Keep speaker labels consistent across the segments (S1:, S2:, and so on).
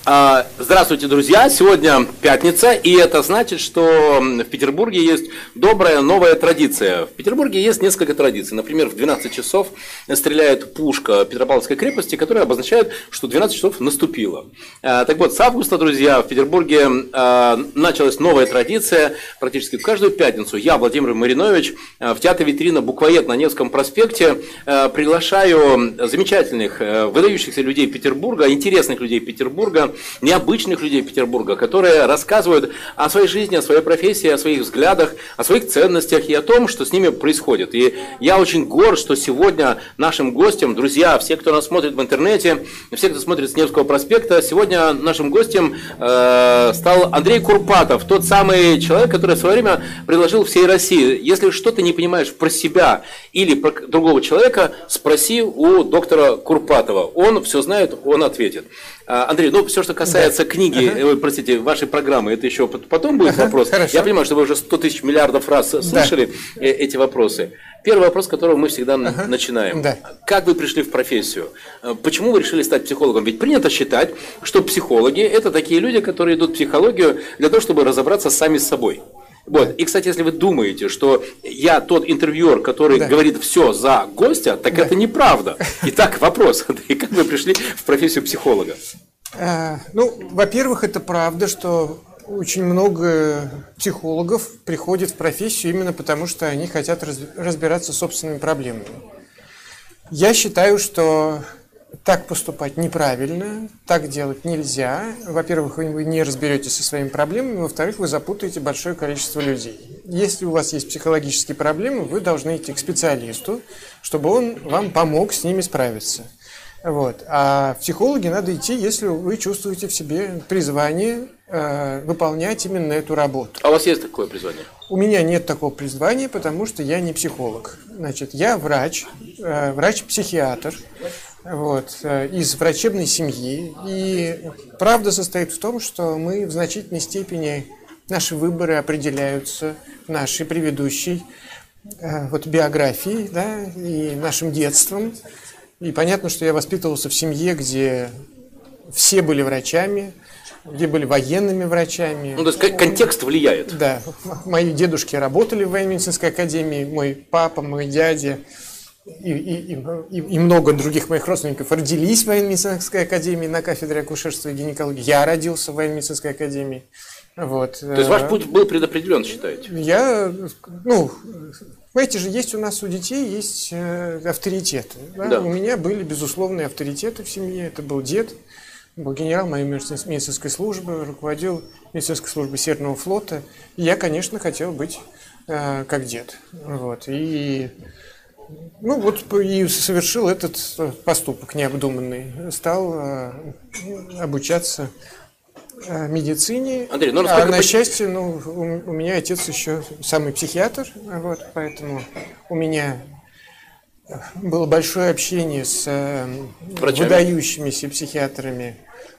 S1: Здравствуйте, друзья! Сегодня пятница, и это значит, что в Петербурге есть добрая новая традиция. В Петербурге есть несколько традиций. Например, в 12 часов стреляет пушка Петропавловской крепости, которая обозначает, что 12 часов наступило. Так вот, с августа, друзья, в Петербурге началась новая традиция. Практически каждую пятницу я, Владимир Маринович, в театре «Витрина» Буквоед на Невском проспекте приглашаю замечательных, выдающихся людей Петербурга, интересных людей Петербурга, необычных людей Петербурга, которые рассказывают о своей жизни, о своей профессии, о своих взглядах, о своих ценностях и о том, что с ними происходит. И я очень горд, что сегодня нашим гостем, друзья, все, кто нас смотрит в интернете, все, кто смотрит с Невского проспекта, сегодня нашим гостем стал Андрей Курпатов, тот самый человек, который в свое время предложил всей России: если что-то не понимаешь про себя или про другого человека, спроси у доктора Курпатова. Он все знает, он ответит. Андрей, ну все, что касается книги, простите, вашей программы, это еще потом будет вопрос.
S2: Хорошо.
S1: Я понимаю, что вы уже 100 тысяч миллиардов раз слышали эти вопросы. Первый вопрос, с которого мы всегда начинаем. Как вы пришли в профессию? Почему вы решили стать психологом? Ведь принято считать, что психологи – это такие люди, которые идут в психологию для того, чтобы разобраться сами с собой. Вот. И, кстати, если вы думаете, что я тот интервьюер, который говорит все за гостя, так это неправда. Итак, вопрос. Как вы пришли в профессию психолога?
S2: Ну, во-первых, это правда, что очень много психологов приходят в профессию именно потому, что они хотят разбираться с собственными проблемами. Я считаю, что так поступать неправильно, так делать нельзя. Во-первых, вы не разберетесь со своими проблемами, во-вторых, вы запутаете большое количество людей. Если у вас есть психологические проблемы, вы должны идти к специалисту, чтобы он вам помог с ними справиться. Вот. А в психологи надо идти, если вы чувствуете в себе призвание выполнять именно эту работу.
S1: А у вас есть такое призвание?
S2: У меня нет такого призвания, потому что я не психолог. Значит, я врач, врач-психиатр. Вот, из врачебной семьи. И правда состоит в том, что мы в значительной степени, наши выборы определяются нашей предыдущей биографией, и нашим детством. И понятно, что я воспитывался в семье, где все были врачами, где были военными врачами.
S1: Ну, то есть контекст влияет.
S2: Да. Мои дедушки работали в военно-медицинской академии, мой папа, мой дядя и много других моих родственников родились в военно-медицинской академии на кафедре акушерства и гинекологии. Я родился в военно-медицинской академии. Вот.
S1: То есть ваш путь был предопределен, считаете?
S2: Знаете же, есть у нас у детей есть авторитеты. Да? У меня были безусловные авторитеты в семье. Это был дед, был генерал моей медицинской службы, руководил медицинской службой Северного флота. И я, конечно, хотел быть как дед. Вот. И совершил этот поступок необдуманный. Стал обучаться медицине. Андрей, на счастье, у меня отец еще самый психиатр, поэтому у меня было большое общение с выдающимися психиатрами.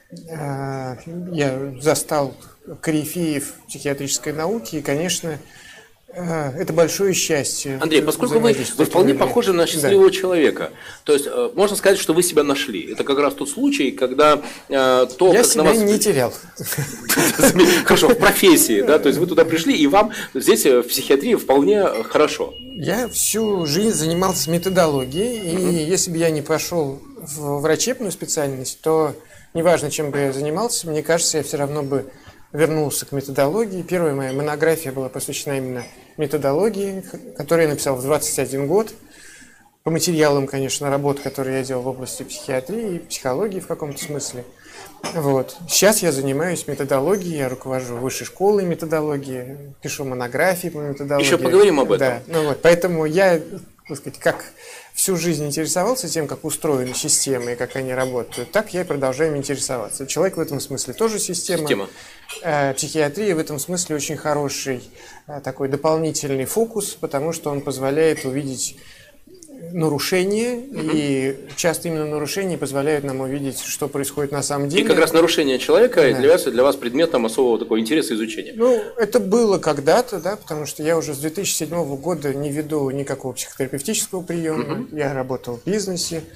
S2: Я застал корифеев психиатрической науки, и, конечно, это большое счастье.
S1: Андрей, поскольку вы вполне похожи на счастливого человека, то есть можно сказать, что вы себя нашли. Это как раз тот случай, когда
S2: я себя не терял.
S1: Хорошо, в профессии, да, то есть вы туда пришли, и вам здесь в психиатрии вполне хорошо.
S2: Я всю жизнь занимался методологией, и если бы я не пошел в врачебную специальность, то неважно, чем бы я занимался, мне кажется, я все равно бы вернулся к методологии. Первая моя монография была посвящена именно методологии, которую я написал в 21 год. По материалам, конечно, работ, которые я делал в области психиатрии и психологии в каком-то смысле. Вот. Сейчас я занимаюсь методологией, я руковожу высшей школой методологии, пишу монографии по методологии.
S1: Еще поговорим об этом.
S2: Да. Поэтому я, как всю жизнь интересовался тем, как устроены системы и как они работают, так я и продолжаю интересоваться. Человек в этом смысле тоже система. Психиатрия в этом смысле очень хороший такой дополнительный фокус, потому что он позволяет увидеть нарушения, и часто именно нарушения позволяют нам увидеть, что происходит на самом деле.
S1: И как раз нарушение человека является для вас предметом особого такого интереса и изучения.
S2: Это было когда-то, потому что я уже с 2007 года не веду никакого психотерапевтического приема, я работал в бизнесе,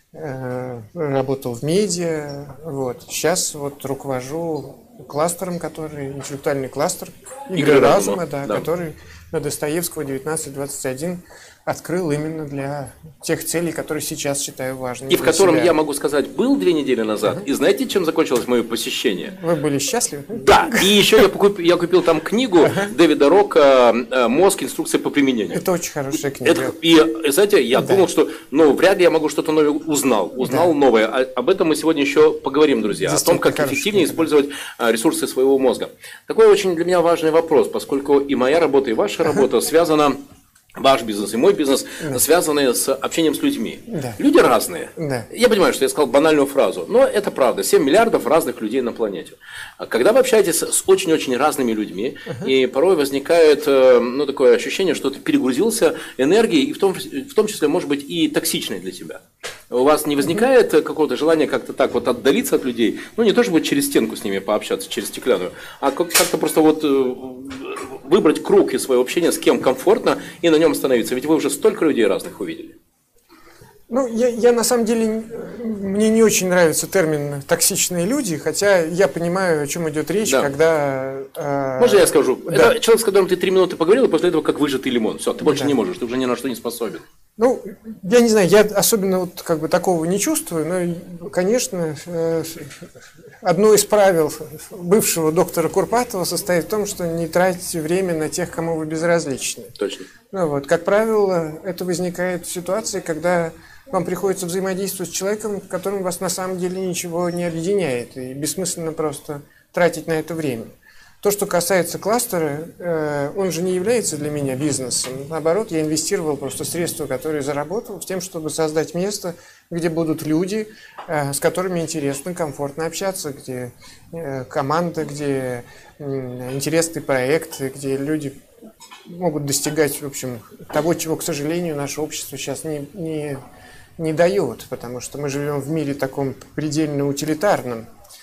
S2: работал в медиа. Вот. Сейчас вот руковожу кластером, который интеллектуальный кластер «Игры разума», да, который на Достоевского 1921 открыл именно для тех целей, которые сейчас считаю важными.
S1: И в котором, я могу сказать, был 2 недели назад. И знаете, чем закончилось мое посещение?
S2: Вы были счастливы?
S1: Да. И еще я купил там книгу Дэвида Рока «Мозг. Инструкция по применению».
S2: Это очень хорошая книга.
S1: И знаете, я думал, что вряд ли я могу что-то новое узнал новое. Об этом мы сегодня еще поговорим, друзья. О том, как эффективнее использовать ресурсы своего мозга. Такой очень для меня важный вопрос, поскольку и моя работа, и ваша работа связана. Ваш бизнес и мой бизнес связаны с общением с людьми. Люди разные. Я понимаю, что я сказал банальную фразу, но это правда. 7 миллиардов разных людей на планете. Когда вы общаетесь с очень-очень разными людьми, и порой возникает такое ощущение, что ты перегрузился энергией, и в том числе, может быть, и токсичной для тебя. У вас не возникает какого-то желания как-то так вот отдалиться от людей, не то чтобы через стенку с ними пообщаться, через стеклянную, а как-то просто вот выбрать круг из своего общения, с кем комфортно, и на нем остановиться. Ведь вы уже столько людей разных увидели.
S2: Я на самом деле, мне не очень нравится термин «токсичные люди», хотя я понимаю, о чем идет речь, когда...
S1: Можно я скажу? Да. Это человек, с которым ты 3 минуты поговорил, и после этого как выжатый лимон. Все, ты больше не можешь, ты уже ни на что не способен.
S2: Я не знаю, я особенно такого не чувствую, но, конечно, одно из правил бывшего доктора Курпатова состоит в том, что не тратите время на тех, кому вы безразличны.
S1: Точно.
S2: Как правило, это возникает в ситуации, когда вам приходится взаимодействовать с человеком, которым вас на самом деле ничего не объединяет, и бессмысленно просто тратить на это время. То, что касается кластера, он же не является для меня бизнесом. Наоборот, я инвестировал просто средства, которые заработал, в тем, чтобы создать место, где будут люди, с которыми интересно, комфортно общаться, где команда, где интересный проект, где люди могут достигать, в общем, того, чего, к сожалению, наше общество сейчас не дает, потому что мы живем в мире таком предельно утилитарном,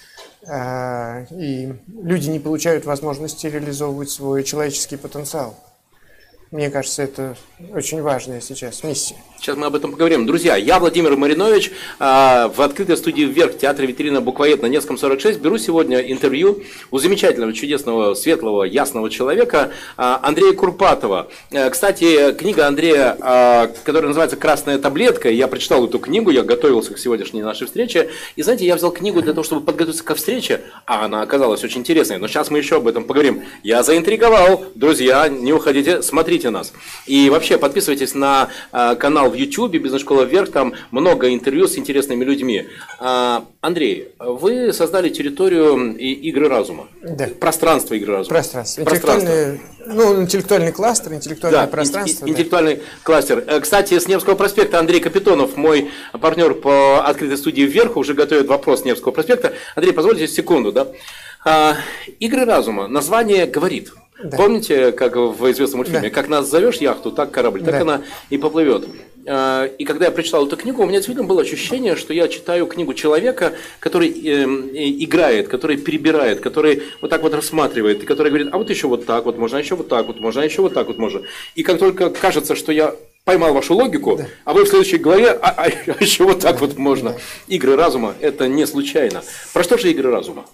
S2: и люди не получают возможности реализовывать свой человеческий потенциал. Мне кажется, это очень важная сейчас миссия.
S1: Сейчас мы об этом поговорим. Друзья, я Владимир Маринович, в открытой студии «Вверх» Театра «Витрина Буквоед» на Невском 46 беру сегодня интервью у замечательного, чудесного, светлого, ясного человека Андрея Курпатова. Кстати, книга Андрея, которая называется «Красная таблетка», я прочитал эту книгу, я готовился к сегодняшней нашей встрече, и знаете, я взял книгу для того, чтобы подготовиться ко встрече, а она оказалась очень интересной, но сейчас мы еще об этом поговорим. Я заинтриговал, друзья, не уходите, смотрите нас. И вообще подписывайтесь на канал в YouTube «Бизнес-школа Вверх», там много интервью с интересными людьми. Андрей, вы создали территорию игры разума.
S2: Да.
S1: Пространство игры разума.
S2: Пространство. Интеллектуальный кластер, интеллектуальное пространство.
S1: Интеллектуальный кластер. Кстати, с Невского проспекта Андрей Капитонов, мой партнер по открытой студии «Вверх», уже готовит вопрос с Невского проспекта. Андрей, позвольте секунду, да? Игры разума. Название говорит. Да. Помните, как в известном мультфильме, как нас зовешь яхту, так корабль, так она и поплывет. И когда я прочитал эту книгу, у меня действительно было ощущение, что я читаю книгу человека, который играет, который перебирает, который вот так вот рассматривает, и который говорит, а вот еще вот так вот можно, а еще вот так вот можно, а еще вот так вот можно. И как только кажется, что я поймал вашу логику, а вы в следующей главе, а еще вот так вот можно. Игры разума – это не случайно. Про что же игры разума?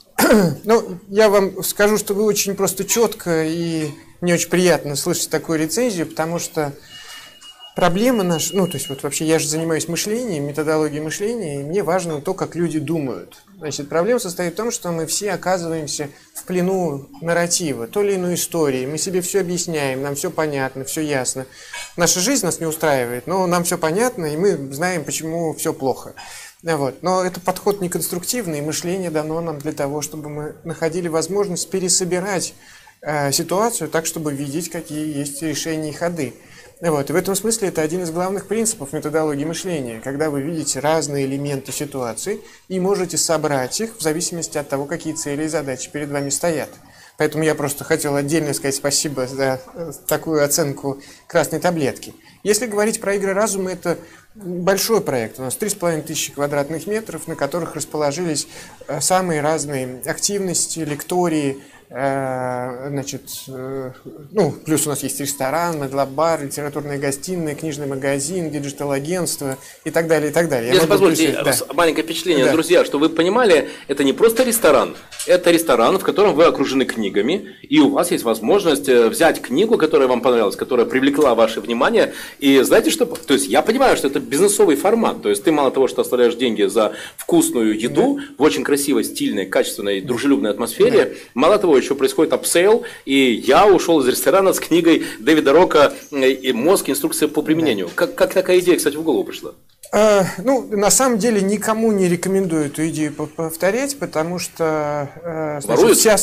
S2: Я вам скажу, что вы очень просто четко, и мне очень приятно слышать такую рецензию, потому что проблема наша, то есть вот вообще я же занимаюсь мышлением, методологией мышления, и мне важно то, как люди думают. Значит, проблема состоит в том, что мы все оказываемся в плену нарратива, той или иной истории. Мы себе все объясняем, нам все понятно, все ясно. Наша жизнь нас не устраивает, но нам все понятно, и мы знаем, почему все плохо. Но это подход неконструктивный, и мышление дано нам для того, чтобы мы находили возможность пересобирать ситуацию так, чтобы видеть, какие есть решения и ходы. И в этом смысле это один из главных принципов методологии мышления, когда вы видите разные элементы ситуации и можете собрать их в зависимости от того, какие цели и задачи перед вами стоят. Поэтому я просто хотел отдельно сказать спасибо за такую оценку красной таблетки. Если говорить про игры разума, это большой проект. У нас 3500 квадратных метров, на которых расположились самые разные активности, лектории, значит, ну, плюс у нас есть ресторан, медлабар, литературная гостиная, книжный магазин, диджитал-агентство и так далее, и так далее.
S1: Если позвольте, маленькое впечатление, друзья, что вы понимали, это не просто ресторан, это ресторан, в котором вы окружены книгами, и у вас есть возможность взять книгу, которая вам понравилась, которая привлекла ваше внимание, и знаете что? То есть я понимаю, что это бизнесовый формат, то есть ты мало того, что оставляешь деньги за вкусную еду в очень красивой, стильной, качественной, дружелюбной атмосфере, мало того, еще происходит апсейл, и я ушел из ресторана с книгой Дэвида Рока «Мозг. Инструкция по применению». Как такая идея, кстати, в голову пришла?
S2: Ну, на самом деле, никому не рекомендую эту идею повторять, потому что значит, вся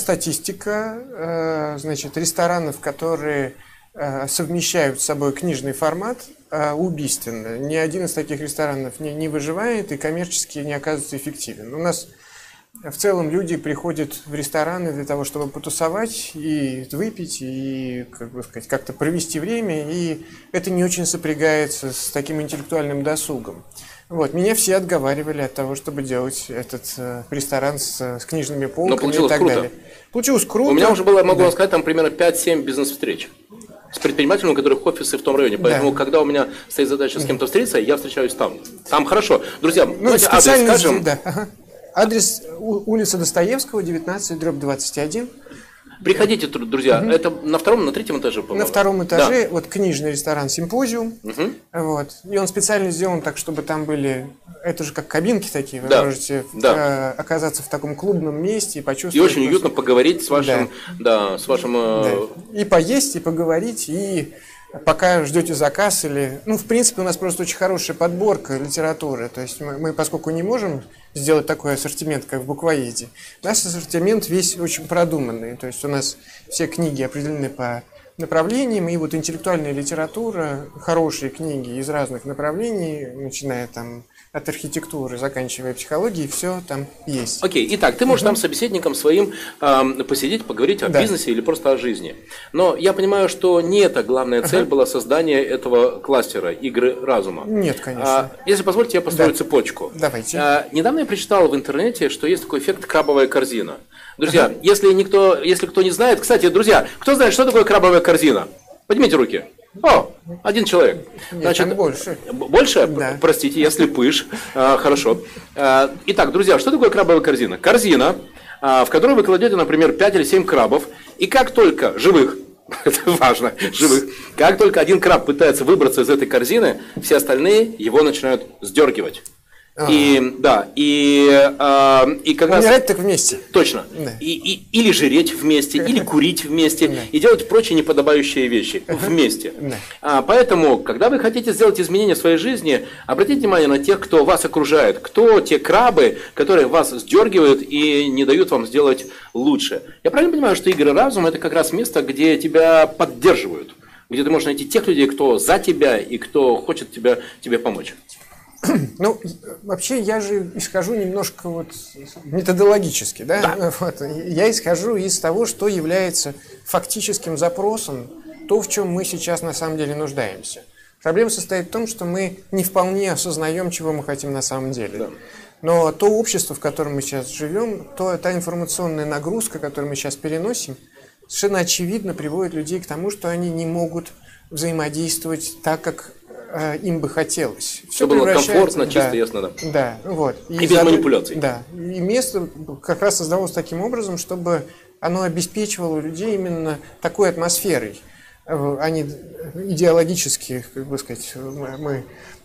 S2: статистика значит, ресторанов, которые совмещают с собой книжный формат, убийственна. Ни один из таких ресторанов не выживает и коммерчески не оказывается эффективен. У нас в целом люди приходят в рестораны для того, чтобы потусовать и выпить, и, как бы сказать, как-то провести время, и это не очень сопрягается с таким интеллектуальным досугом. Вот, меня все отговаривали от того, чтобы делать этот ресторан с книжными полками и так далее. Получилось круто.
S1: У меня уже было, могу вам сказать, там примерно 5-7 бизнес-встреч с предпринимателями, у которых офисы в том районе. Поэтому, когда у меня стоит задача с кем-то встретиться, я встречаюсь там. Там хорошо. Друзья, давайте адрес скажем.
S2: Адрес улица Достоевского, 19/21.
S1: Приходите, друзья. Это на втором, на третьем этаже, по-моему.
S2: На втором этаже, вот книжный ресторан «Симпозиум». Вот. И он специально сделан так, чтобы там были, это же как кабинки такие, вы можете оказаться в таком клубном месте и почувствовать.
S1: И очень уютно поговорить с вашим, с вашим...
S2: И поесть, и поговорить, и пока ждете заказ или... Ну, в принципе, у нас просто очень хорошая подборка литературы. То есть мы, поскольку не можем сделать такой ассортимент, как в буквоеде, наш ассортимент весь очень продуманный. То есть у нас все книги определены по направлениям, и вот интеллектуальная литература, хорошие книги из разных направлений, начиная там от архитектуры, заканчивая психологией, все там есть.
S1: Окей, итак, ты можешь там с собеседником своим посидеть, поговорить о бизнесе или просто о жизни. Но я понимаю, что не это главная цель была создания этого кластера игры разума.
S2: Нет, конечно.
S1: Если позволите, я построю цепочку.
S2: Давайте.
S1: Недавно я прочитал в интернете, что есть такой эффект крабовая корзина. Друзья, если кто не знает, кстати, друзья, кто знает, что такое крабовая корзина? Поднимите руки. О, один человек.
S2: Значит, больше.
S1: Больше? Да. Простите, я слепыш. Хорошо. Итак, друзья, что такое крабовая корзина? Корзина, в которую вы кладете, например, 5 или 7 крабов, и как только живых, это важно, живых, как только один краб пытается выбраться из этой корзины, все остальные его начинают сдергивать. И как раз...
S2: Умирать так вместе.
S1: Точно. Да. Или жреть вместе, или курить вместе, и делать прочие неподобающие вещи вместе. Поэтому, когда вы хотите сделать изменения в своей жизни, обратите внимание на тех, кто вас окружает, кто те крабы, которые вас сдергивают и не дают вам сделать лучше. Я правильно понимаю, что игры разума — это как раз место, где тебя поддерживают, где ты можешь найти тех людей, кто за тебя и кто хочет тебе помочь?
S2: Ну, вообще я же исхожу немножко вот методологически, да? Вот. Я исхожу из того, что является фактическим запросом, то, в чем мы сейчас на самом деле нуждаемся. Проблема состоит в том, что мы не вполне осознаем, чего мы хотим на самом деле. Да. Но то общество, в котором мы сейчас живем, та информационная нагрузка, которую мы сейчас переносим, совершенно очевидно приводит людей к тому, что они не могут взаимодействовать так, как им бы хотелось.
S1: Все было комфортно, чисто, ясно, да.
S2: Да, вот.
S1: И без манипуляций.
S2: Да. И место как раз создавалось таким образом, чтобы оно обеспечивало людей именно такой атмосферой. Они идеологически, как бы сказать, мы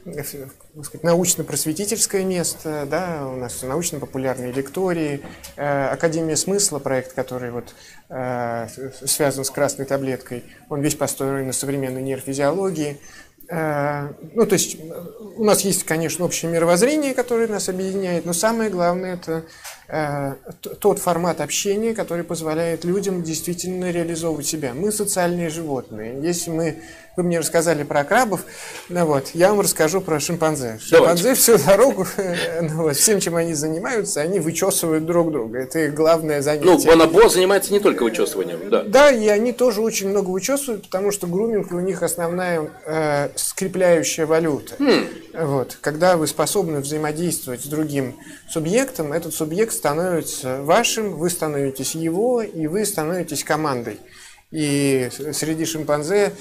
S2: научно-просветительское место, да, у нас научно-популярные лектории, Академия смысла, проект, который вот связан с красной таблеткой, он весь построен на современной нейрофизиологии. Ну, то есть у нас есть, конечно, общее мировоззрение, которое нас объединяет, но самое главное — это тот формат общения, который позволяет людям действительно реализовывать себя. Мы социальные животные. Если вы мне рассказали про крабов, я вам расскажу про шимпанзе. Шимпанзе всю дорогу, всем, чем они занимаются, они вычесывают друг друга. Это их главное занятие.
S1: Ну, бонобо занимается не только вычесыванием. Да.
S2: Да, и они тоже очень много вычесывают, потому что груминг у них основная скрепляющая валюта. Вот. Когда вы способны взаимодействовать с другим субъектом, этот субъект становится вашим, вы становитесь его, и вы становитесь командой. И среди шимпанзе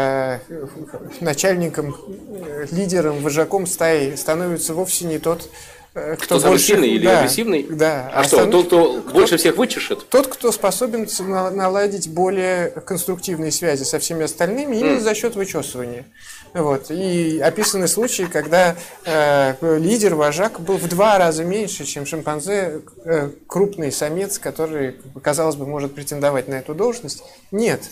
S2: начальником, лидером, вожаком стаи становится вовсе не тот,
S1: кто самый сильный или агрессивный?
S2: Да.
S1: А что, тот, кто больше всех вычешет?
S2: Тот, кто способен наладить более конструктивные связи со всеми остальными именно за счет вычесывания. Вот. И описаны случаи, когда лидер, вожак был в 2 раза меньше, чем шимпанзе, крупный самец, который, казалось бы, может претендовать на эту должность. Нет.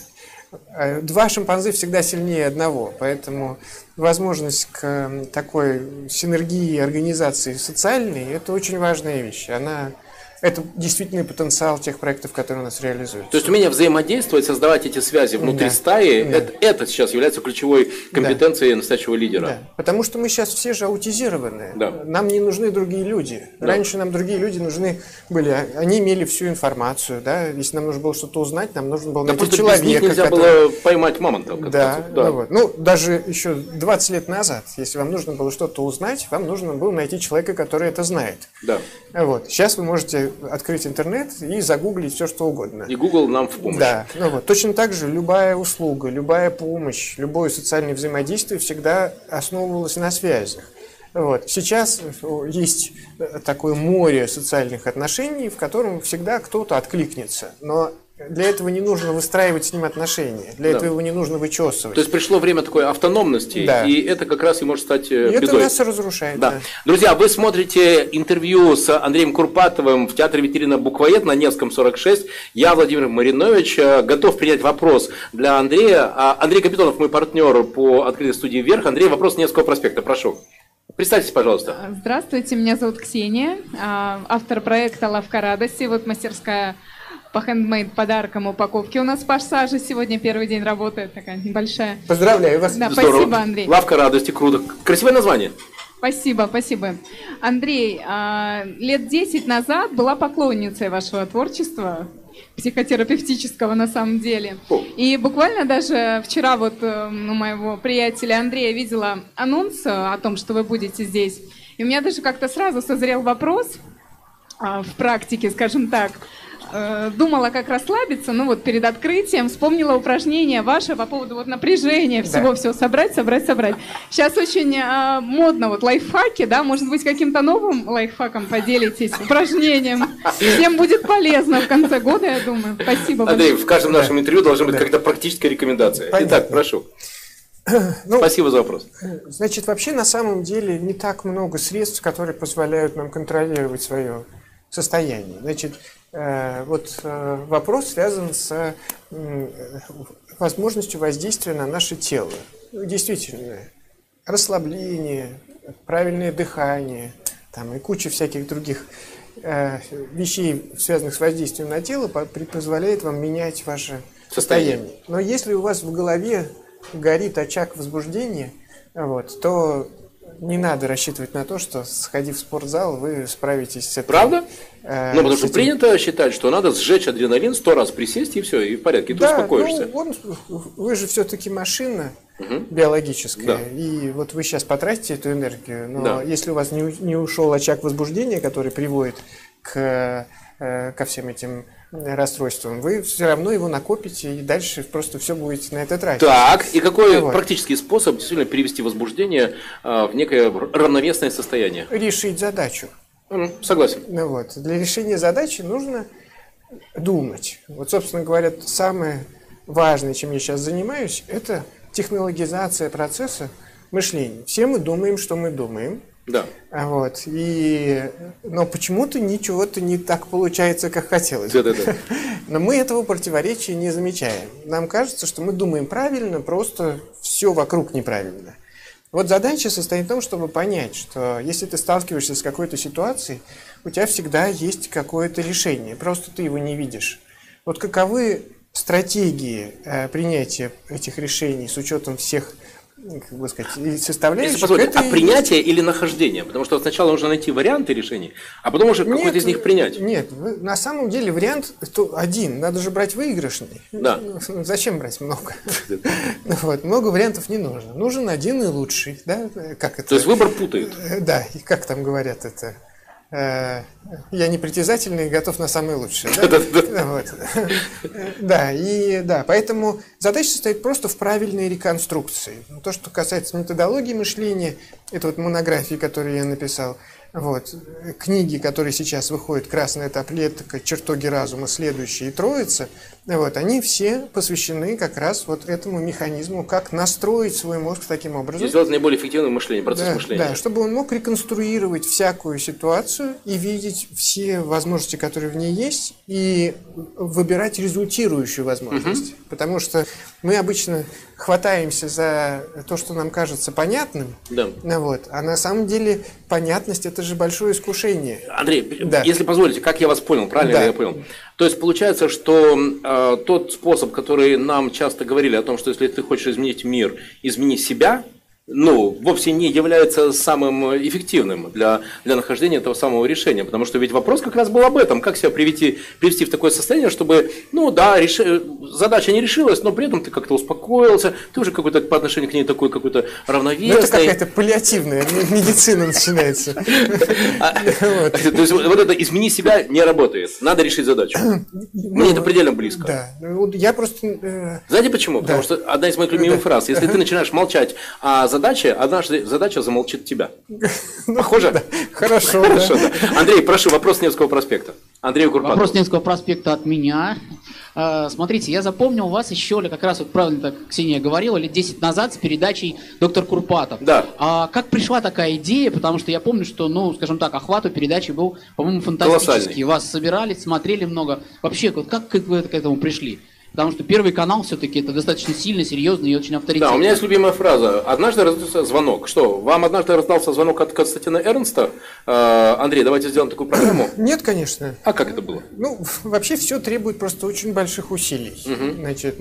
S2: 2 шимпанзе всегда сильнее одного, поэтому возможность к такой синергии организации социальной – это очень важная вещь. Это действительно потенциал тех проектов, которые у нас реализуются.
S1: То есть умение взаимодействовать, создавать эти связи внутри стаи, это сейчас является ключевой компетенцией настоящего лидера.
S2: Да. Потому что мы сейчас все же аутизированы.
S1: Да.
S2: Нам не нужны другие люди.
S1: Да.
S2: Раньше нам другие люди нужны были. Они имели всю информацию. Да? Если нам нужно было что-то узнать, нам нужно было найти человека.
S1: Без них нельзя было поймать мамонта.
S2: Да. Даже еще 20 лет назад, если вам нужно было что-то узнать, вам нужно было найти человека, который это знает.
S1: Да.
S2: Вот. Сейчас вы можете открыть интернет и загуглить все, что угодно.
S1: И Google нам в помощь.
S2: Да. Точно так же любая услуга, любая помощь, любое социальное взаимодействие всегда основывалось на связях. Вот. Сейчас есть такое море социальных отношений, в котором всегда кто-то откликнется. Но для этого не нужно выстраивать с ним отношения, для этого его не нужно вычесывать.
S1: То есть пришло время такой автономности, и это как раз и может стать бедой.
S2: И это нас разрушает.
S1: Да. Да. Друзья, вы смотрите интервью с Андреем Курпатовым в Театре ветеринар-буквоед на Невском, 46. Я, Владимир Маринович, готов принять вопрос для Андрея. Андрей Капитонов, мой партнер по открытой студии «Вверх». Андрей, вопрос с Невского проспекта, прошу. Представьтесь, пожалуйста.
S3: Здравствуйте, меня зовут Ксения, автор проекта «Лавка радости». Вот мастерская по хендмейд подаркам упаковки у нас в Пассаже. Сегодня первый день работает, такая небольшая.
S2: Поздравляю вас.
S3: Да,
S1: здорово.
S3: Спасибо, Андрей.
S1: Лавка радости, круто. Красивое название.
S3: Спасибо. Андрей, лет 10 назад была поклонницей вашего творчества, психотерапевтического на самом деле. И буквально даже вчера вот у моего приятеля Андрея видела анонс о том, что вы будете здесь. И у меня даже как-то сразу созрел вопрос в практике, скажем так. Думала, как расслабиться, перед открытием вспомнила упражнение ваше по поводу напряжения, всего собрать. Сейчас очень модно лайфхаки, да, может быть, каким-то новым лайфхаком поделитесь, упражнением. Всем будет полезно в конце года, я думаю. Спасибо большое.
S1: Андрей, в каждом нашем интервью должна быть какая-то практическая рекомендация.
S2: Понятно.
S1: Итак, прошу. Спасибо за вопрос.
S2: Значит, вообще на самом деле не так много средств, которые позволяют нам контролировать свое состояние. Значит, вопрос связан с возможностью воздействия на наше тело. Действительно, расслабление, правильное дыхание, и куча всяких других вещей, связанных с воздействием на тело, позволяет вам менять ваше состояние. Но если у вас в голове горит очаг возбуждения, то не надо рассчитывать на то, что, сходив в спортзал, вы справитесь с этим.
S1: Правда? Потому что принято считать, что надо сжечь адреналин, 100 раз присесть, и все, и в порядке, и ты успокоишься.
S2: Вы же все-таки машина биологическая, и вот вы сейчас потратите эту энергию, но если у вас не ушел очаг возбуждения, который приводит ко всем этим расстройствам, вы все равно его накопите, и дальше просто все будете на это тратить.
S1: Так, и какой практический способ действительно перевести возбуждение в некое равновесное состояние?
S2: Решить задачу.
S1: Согласен.
S2: Для решения задачи нужно думать. Собственно говоря, самое важное, чем я сейчас занимаюсь, это технологизация процесса мышления. Все мы думаем, что мы думаем.
S1: Да.
S2: Но почему-то ничего-то не так получается, как хотелось.
S1: Да.
S2: Но мы этого противоречия не замечаем. Нам кажется, что мы думаем правильно, просто все вокруг неправильно. Задача состоит в том, чтобы понять, что если ты сталкиваешься с какой-то ситуацией, у тебя всегда есть какое-то решение, просто ты его не видишь. Каковы стратегии принятия этих решений с учетом всех составляющих?
S1: Принятие или нахождение? Потому что сначала нужно найти варианты решений, а потом уже какой-то из них принять.
S2: Нет, на самом деле вариант один. Надо же брать выигрышный.
S1: Да.
S2: Зачем брать много? Много вариантов не нужно. Нужен один и лучший. Да?
S1: То есть выбор путает.
S2: Да, и как там говорят это? я непритязательный и готов на самое лучшее. Да, поэтому задача состоит просто в правильной реконструкции. То, что касается методологии мышления, это вот монографии, которые я написал, вот, книги, которые сейчас выходят, «Красная таблетка», «Чертоги разума», «Следующие» и «Троица», вот, они все посвящены как раз вот этому механизму, как настроить свой мозг таким образом.
S1: И сделать наиболее эффективным мышление, процесс мышления.
S2: Да, чтобы он мог реконструировать всякую ситуацию и видеть все возможности, которые в ней есть, и выбирать результирующую возможность. Потому что мы обычно хватаемся за то, что нам кажется понятным, вот, а на самом деле понятность – это же большое искушение.
S1: Андрей, если позволите, как я вас понял, правильно ли я понял? То есть получается, что тот способ, который нам часто говорили о том, что если ты хочешь изменить мир, измени себя, вовсе не является самым эффективным для нахождения этого самого решения. Потому что ведь вопрос как раз был об этом, как себя привести в такое состояние, чтобы, задача не решилась, но при этом ты как-то успокоился, ты уже какой-то по отношению к ней такой какой-то равновесный.
S2: Это какая-то паллиативная медицина начинается.
S1: То есть вот это «измени себя» не работает, надо решить задачу. Мне это предельно близко.
S2: Да, я просто…
S1: Знаете почему? Потому что одна из моих любимых фраз, если ты начинаешь молчать о задаче, однажды задача замолчит тебя. Похоже?
S2: Хорошо.
S1: Андрей, прошу, вопрос Невского проспекта. Андрею Курпатову.
S4: Вопрос Невского проспекта от меня. Смотрите, я запомнил вас еще, как раз вот правильно так Ксения говорила, лет 10 назад с передачей «Доктор Курпатов».
S1: Да.
S4: Как пришла такая идея? Потому что я помню, что, скажем так, охват у передачи был, по-моему, фантастический.
S1: Колоссальный.
S4: Вас собирали, смотрели много. Вообще, как вы к этому пришли? Потому что Первый канал все-таки это достаточно сильно, серьезно и очень авторитетно.
S1: Да, у меня есть любимая фраза. Однажды раздался звонок. Что, вам однажды раздался звонок от Константина Эрнста? Андрей, давайте сделаем такую программу.
S2: Нет, конечно.
S1: А как это было?
S2: Вообще все требует просто очень больших усилий. Значит,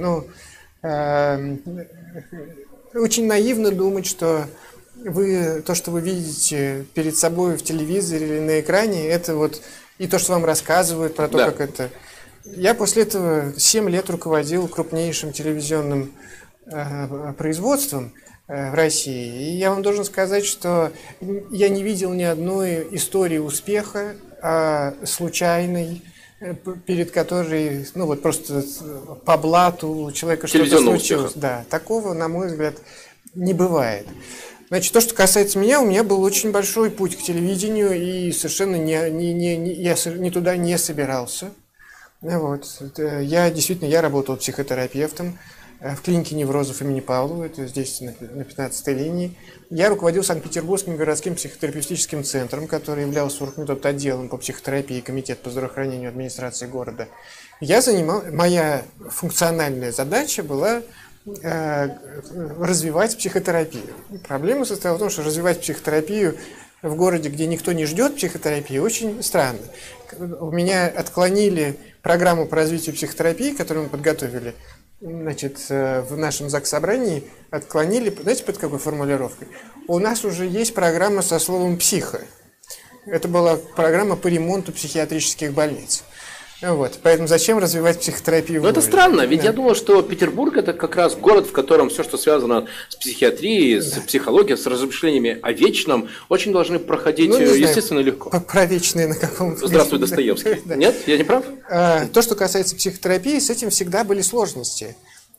S2: очень наивно думать, что то, что вы видите перед собой в телевизоре или на экране, это вот и то, что вам рассказывают про то, как это… Я после этого 7 лет руководил крупнейшим телевизионным производством в России. И я вам должен сказать, что я не видел ни одной истории успеха случайной, перед которой, просто по блату у человека что-то случилось. Да, такого, на мой взгляд, не бывает. Значит, то, что касается меня, у меня был очень большой путь к телевидению, и совершенно я ни туда не собирался. Вот. Я работал психотерапевтом в клинике неврозов имени Павлова, это здесь на 15-й линии. Я руководил Санкт-Петербургским городским психотерапевтическим центром, который являлся отделом по психотерапии, комитет по здравоохранению администрации города. Моя функциональная задача была развивать психотерапию. Проблема состояла в том, что развивать психотерапию в городе, где никто не ждет психотерапии, очень странно. У меня отклонили программу по развитию психотерапии, которую мы подготовили, в нашем заксобрании отклонили, знаете, под какой формулировкой? У нас уже есть программа со словом «психо». Это была программа по ремонту психиатрических больниц. Вот. Поэтому зачем развивать психотерапию?
S1: Но это странно, ведь я думал, что Петербург это как раз город, в котором все, что связано с психиатрией, с психологией, с размышлениями о вечном, очень должны проходить, естественно, легко.
S2: Про вечное на каком-то…
S1: Здравствуй, Достоевский. Нет? Я не прав?
S2: То, что касается психотерапии, с этим всегда были сложности.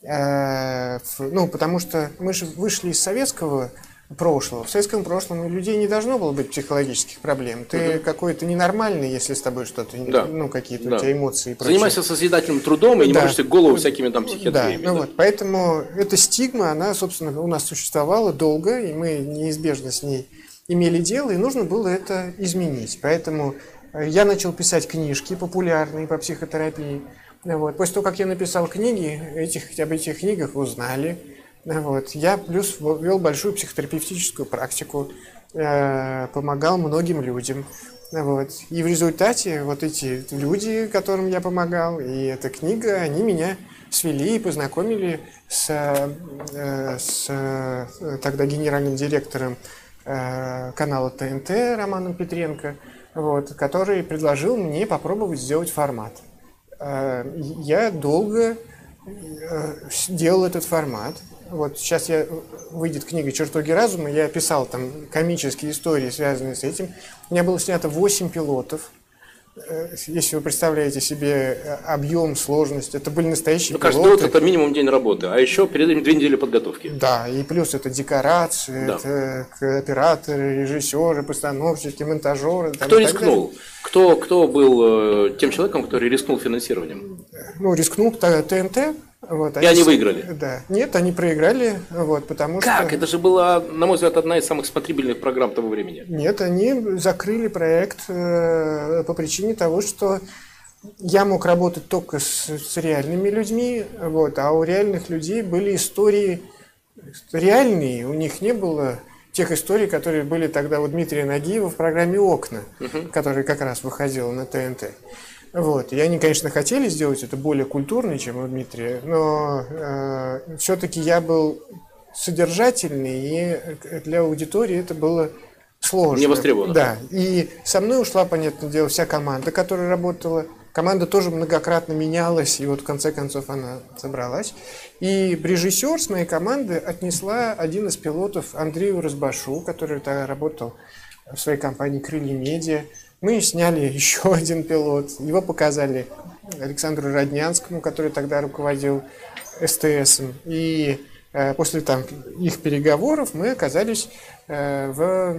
S2: Потому что мы же вышли из советского прошлого. В советском прошлом у людей не должно было быть психологических проблем. Ты какой-то ненормальный, если с тобой что-то, какие-то у тебя эмоции и прочее.
S1: Занимайся созидательным трудом и не морочь себе голову всякими психиатриями.
S2: Да, поэтому эта стигма, она, собственно, у нас существовала долго, и мы неизбежно с ней имели дело, и нужно было это изменить. Поэтому я начал писать книжки популярные по психотерапии. После того, как я написал книги, об этих книгах узнали. Я плюс вел большую психотерапевтическую практику, помогал многим людям. И в результате эти люди, которым я помогал, и эта книга, они меня свели и познакомили с тогда генеральным директором канала ТНТ Романом Петренко, который предложил мне попробовать сделать формат. Я долго делал этот формат. вот сейчас выйдет книга «Чертоги разума», я писал там комические истории, связанные с этим. У меня было снято 8 пилотов. Если вы представляете себе объем, сложность, это были настоящие пилоты.
S1: Каждый пилот – это минимум день работы, а еще перед этим 2 недели подготовки.
S2: Да, и плюс это декорации, да. Это операторы, режиссеры, постановщики, монтажеры.
S1: Кто рискнул? Кто был тем человеком, который рискнул финансированием?
S2: Ну, рискнул ТНТ. Вот,
S1: и они выиграли?
S2: Да. Нет, они проиграли, вот, потому что...
S1: Как? Это же была, на мой взгляд, одна из самых смотрибельных программ того времени.
S2: Нет, они закрыли проект по причине того, что я мог работать только с реальными людьми, вот, а у реальных людей были истории реальные, у них не было тех историй, которые были тогда у Дмитрия Нагиева в программе «Окна», которая как раз выходила на ТНТ. Вот. И они, конечно, хотели сделать это более культурно, чем у Дмитрия, но все-таки я был содержательный, и для аудитории это было сложно.
S1: Не востребовано.
S2: Да. И со мной ушла, понятное дело, вся команда, которая работала. Команда тоже многократно менялась, и вот в конце концов она собралась. И режиссер с моей команды отнесла один из пилотов Андрею Разбашу, который тогда работал в своей компании «Крылья Медиа». Мы сняли еще один пилот, его показали Александру Роднянскому, который тогда руководил СТСом. И после там их переговоров мы оказались на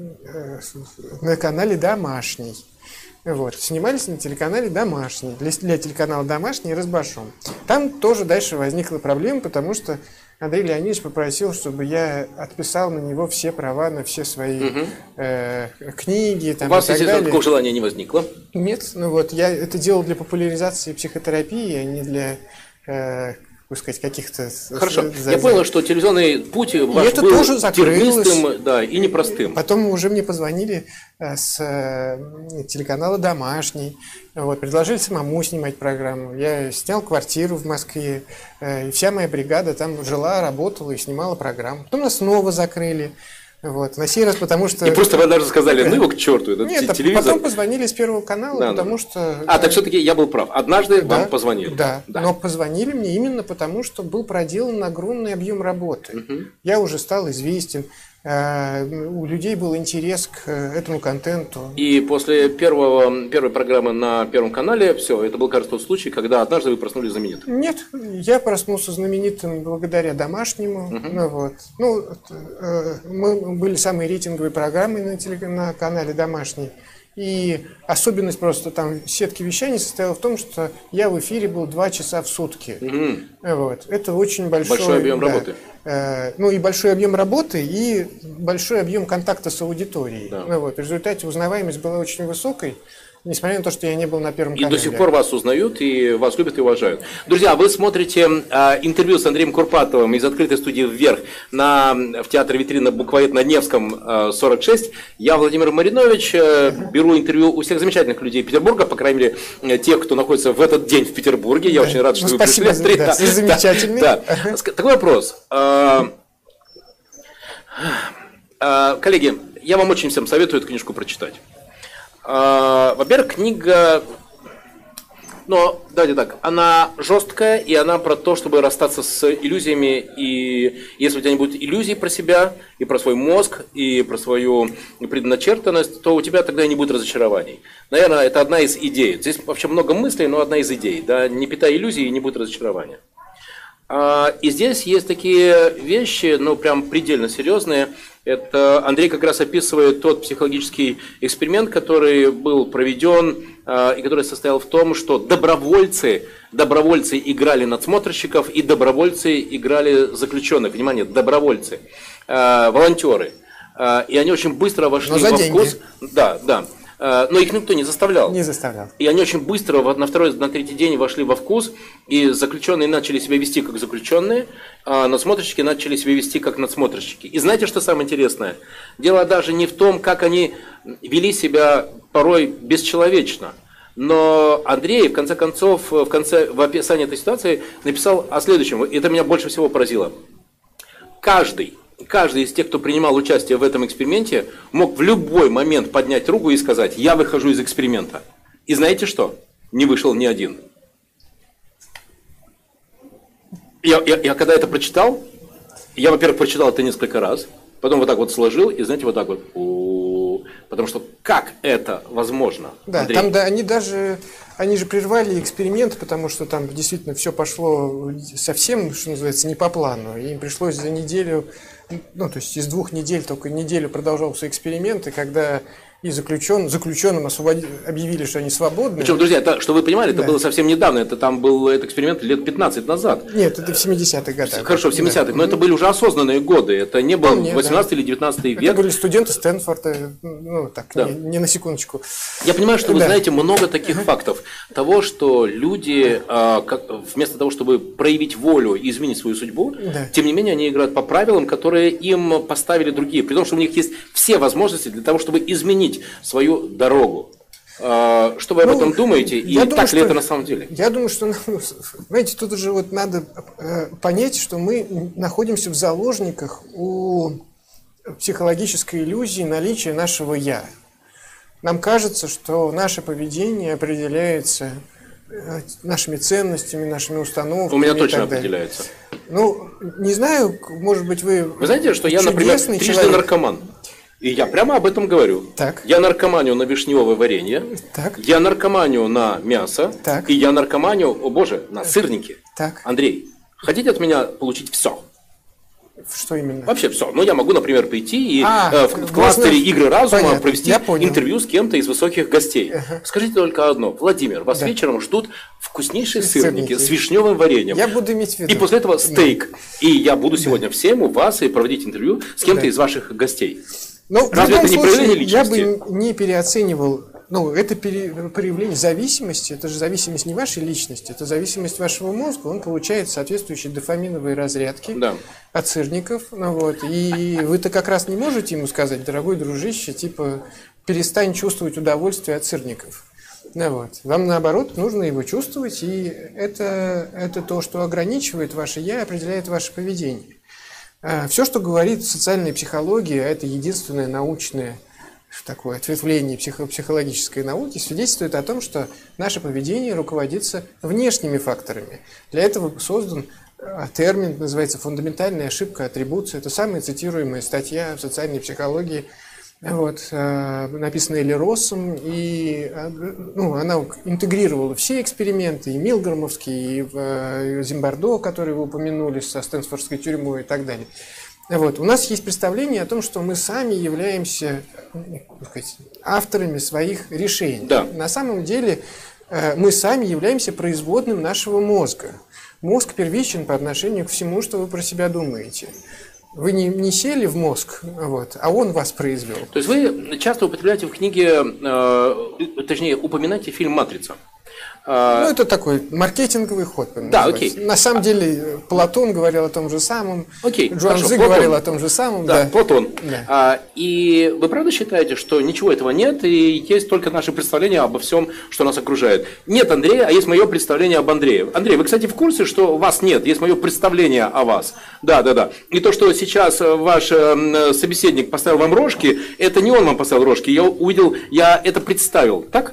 S2: канале «Домашний». Вот. Снимались на телеканале «Домашний», для телеканала «Домашний» Разбашом. Там тоже дальше возникла проблема, потому что Андрей Леонидович попросил, чтобы я отписал на него все права на все свои книги. Там,
S1: у вас, естественно, такого желания не возникло?
S2: Нет, ну вот я это делал для популяризации психотерапии, а не для, как сказать, каких-то...
S1: Хорошо, я понял, что телевизионный путь ваш
S2: это
S1: был
S2: тоже
S1: тернистым, да, и непростым.
S2: Потом уже мне позвонили с телеканала «Домашний», вот, предложили самому снимать программу. Я снял квартиру в Москве, и вся моя бригада там жила, работала и снимала программу. Потом нас снова закрыли. Вот, на сей раз, потому что...
S1: И просто вы даже сказали, ну его к черту, этот телевизор.
S2: Потом позвонили с Первого канала, да, потому что...
S1: так все-таки я был прав. Однажды вам позвонили.
S2: Да, но позвонили мне именно потому, что был проделан огромный объем работы. Я уже стал известен, у людей был интерес к этому контенту.
S1: И после первой программы на Первом канале, все, это был, кажется, тот случай, когда однажды вы проснулись знаменитым.
S2: Нет, я проснулся знаменитым благодаря «Домашнему». Мы были самой рейтинговой программой на канале «Домашний». И особенность просто там сетки вещаний состояла в том, что я в эфире был 2 часа в сутки. Вот. Это очень большой
S1: объем работы.
S2: И большой объем работы, и большой объем контакта с аудиторией. Да. Вот. В результате узнаваемость была очень высокой, несмотря на то, что я не был на Первом канале.
S1: И до сих пор вас узнают, и вас любят и уважают. Друзья, вы смотрите интервью с Андреем Курпатовым из открытой студии «Вверх» в театре «Витрина» буквоед на Невском, 46. Я, Владимир Маринович, беру интервью у всех замечательных людей Петербурга, по крайней мере, тех, кто находится в этот день в Петербурге. Я очень рад, что вы пришли.
S2: Спасибо, да, замечательный.
S1: Да. Такой вопрос. Коллеги, я вам очень всем советую эту книжку прочитать. Во-первых, книга, давайте так, она жесткая, и она про то, чтобы расстаться с иллюзиями, и если у тебя не будет иллюзий про себя, и про свой мозг, и про свою предначертанность, то у тебя тогда и не будет разочарований. Наверное, это одна из идей. Здесь вообще много мыслей, но одна из идей. Да? Не питай иллюзий, и не будет разочарования. И здесь есть такие вещи, прям предельно серьезные. Это Андрей как раз описывает тот психологический эксперимент, который был проведен и который состоял в том, что добровольцы играли надсмотрщиков и добровольцы играли заключенных. Внимание, добровольцы, волонтеры. И они очень быстро вошли во вкус. Да. Но их никто не заставлял.
S2: Не заставлял.
S1: И они очень быстро на второй, на третий день вошли во вкус, и заключенные начали себя вести как заключенные, а надсмотрщики начали себя вести как надсмотрщики. И знаете, что самое интересное? Дело даже не в том, как они вели себя порой бесчеловечно. Но Андрей, в конце концов, в описании этой ситуации написал о следующем, и это меня больше всего поразило. Каждый из тех, кто принимал участие в этом эксперименте, мог в любой момент поднять руку и сказать: я выхожу из эксперимента. И знаете что? Не вышел ни один. Я когда это прочитал, Я, во-первых, прочитал это несколько раз, потом вот так вот сложил, и, знаете, вот так вот. Потому что как это возможно?
S2: Да,
S1: Андрей?
S2: там они же прервали эксперимент, потому что там действительно все пошло совсем, что называется, не по плану. И им пришлось за неделю, ну, то есть из 2 недель, только неделю продолжался эксперимент, и когда и заключенным объявили, что они свободны.
S1: Причем, друзья, это, что вы понимали, это было совсем недавно, это там был этот эксперимент лет 15 назад.
S2: Нет, это в 70-х годах.
S1: Хорошо, в 70-х, но это были уже осознанные годы, это не был 18 или 19 век.
S2: Это были студенты Стэнфорда, ну так, не на секундочку.
S1: Я понимаю, что вы знаете много таких фактов того, что люди, вместо того, чтобы проявить волю и изменить свою судьбу, тем не менее они играют по правилам, которые им поставили другие, при том, что у них есть все возможности для того, чтобы изменить свою дорогу. Что вы об этом думаете? И так ли это на самом деле?
S2: Я думаю, что, знаете, тут уже вот надо понять, что мы находимся в заложниках у психологической иллюзии наличия нашего «я». Нам кажется, что наше поведение определяется нашими ценностями, нашими установками.
S1: У меня точно определяется.
S2: Ну, не знаю, может быть, вы
S1: знаете, что я, например, трижды наркоман. И я прямо об этом говорю.
S2: Так.
S1: Я наркоманю на вишневое варенье,
S2: так.
S1: Я наркоманю на мясо,
S2: так.
S1: И я наркоманю, о боже, на сырники.
S2: Так.
S1: Андрей, хотите от меня получить все?
S2: Что именно?
S1: Вообще все. Ну, я могу, например, прийти и в кластере игры разума провести интервью с кем-то из высоких гостей. Скажите только одно. Владимир, вас вечером ждут вкуснейшие сырники с вишневым вареньем.
S2: Я буду иметь в виду.
S1: И после этого стейк. И я буду сегодня всем у вас и проводить интервью с кем-то из ваших гостей.
S2: Но
S1: разве это не проявление личности?
S2: Я бы не переоценивал. Ну, это проявление зависимости, это же зависимость не вашей личности, это зависимость вашего мозга, он получает соответствующие дофаминовые разрядки от сырников, ну, вот, и вы-то как раз не можете ему сказать, дорогой дружище, типа, перестань чувствовать удовольствие от сырников. Ну, вот. Вам, наоборот, нужно его чувствовать, и это то, что ограничивает ваше «я», определяет ваше поведение. Все, что говорит социальная психология, это единственное научное такое ответвление психологической науки, свидетельствует о том, что наше поведение руководится внешними факторами. Для этого создан термин, называется «фундаментальная ошибка атрибуции». Это самая цитируемая статья в социальной психологии, вот, написанная Элли Россом, и она интегрировала все эксперименты, и милгромовские, и Зимбардо, которые вы упомянули, со Стэнфордской тюрьмой и так далее. Вот. У нас есть представление о том, что мы сами являемся, так сказать, авторами своих решений.
S1: Да.
S2: На самом деле мы сами являемся производным нашего мозга. Мозг первичен по отношению к всему, что вы про себя думаете. Вы не сели в мозг, вот, а он вас произвел.
S1: То есть вы часто употребляете в книге, точнее, упоминаете фильм «Матрица».
S2: Ну, это такой маркетинговый ход.
S1: Да, окей.
S2: На самом деле, Платон говорил о том же самом,
S1: окей,
S2: Джуанцзи говорил о том же самом.
S1: Да, Платон.
S2: Да.
S1: И вы правда считаете, что ничего этого нет, и есть только наше представление обо всем, что нас окружает? Нет Андрея, а есть мое представление об Андрее. Андрей, вы, кстати, в курсе, что вас нет, есть мое представление о вас? Да. И то, что сейчас ваш собеседник поставил вам рожки, это не он вам поставил рожки, я это представил, так?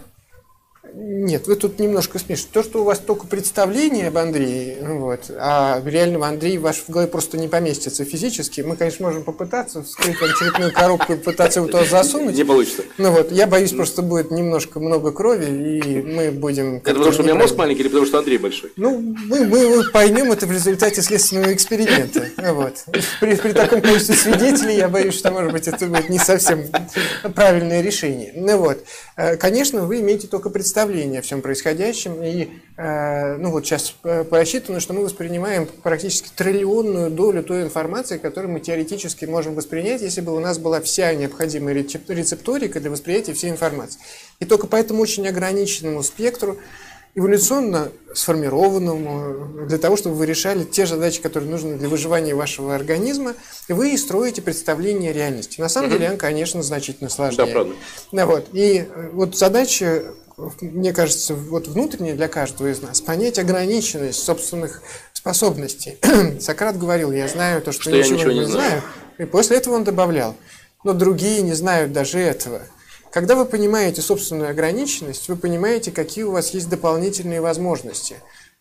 S2: Нет, вы тут немножко смешите. То, что у вас только представление об Андрее, вот, а реального Андрея в голове просто не поместится физически. Мы, конечно, можем попытаться вскрыть вам черепную коробку и попытаться его туда засунуть.
S1: Не получится.
S2: Ну вот, я боюсь, просто будет немножко много крови, и мы будем...
S1: Это потому, что у меня мозг маленький или потому, что Андрей большой?
S2: Ну, мы поймем это в результате следственного эксперимента. Вот. При таком количестве свидетелей, я боюсь, что, может быть, это будет не совсем правильное решение. Ну вот, конечно, вы имеете только представление о всем происходящем, и вот сейчас просчитано, что мы воспринимаем практически триллионную долю той информации, которую мы теоретически можем воспринять, если бы у нас была вся необходимая рецепторика для восприятия всей информации. И только по этому очень ограниченному спектру, эволюционно сформированному, для того, чтобы вы решали те задачи, которые нужны для выживания вашего организма, вы строите представление о реальности. На самом деле, она, конечно, значительно сложнее.
S1: Да, правда.
S2: Да, вот. И вот задача, мне кажется, вот внутренняя для каждого из нас, понять ограниченность собственных способностей. Сократ говорил, я знаю то, что я ничего не знаю. И после этого он добавлял, но другие не знают даже этого. Когда вы понимаете собственную ограниченность, вы понимаете, какие у вас есть дополнительные возможности.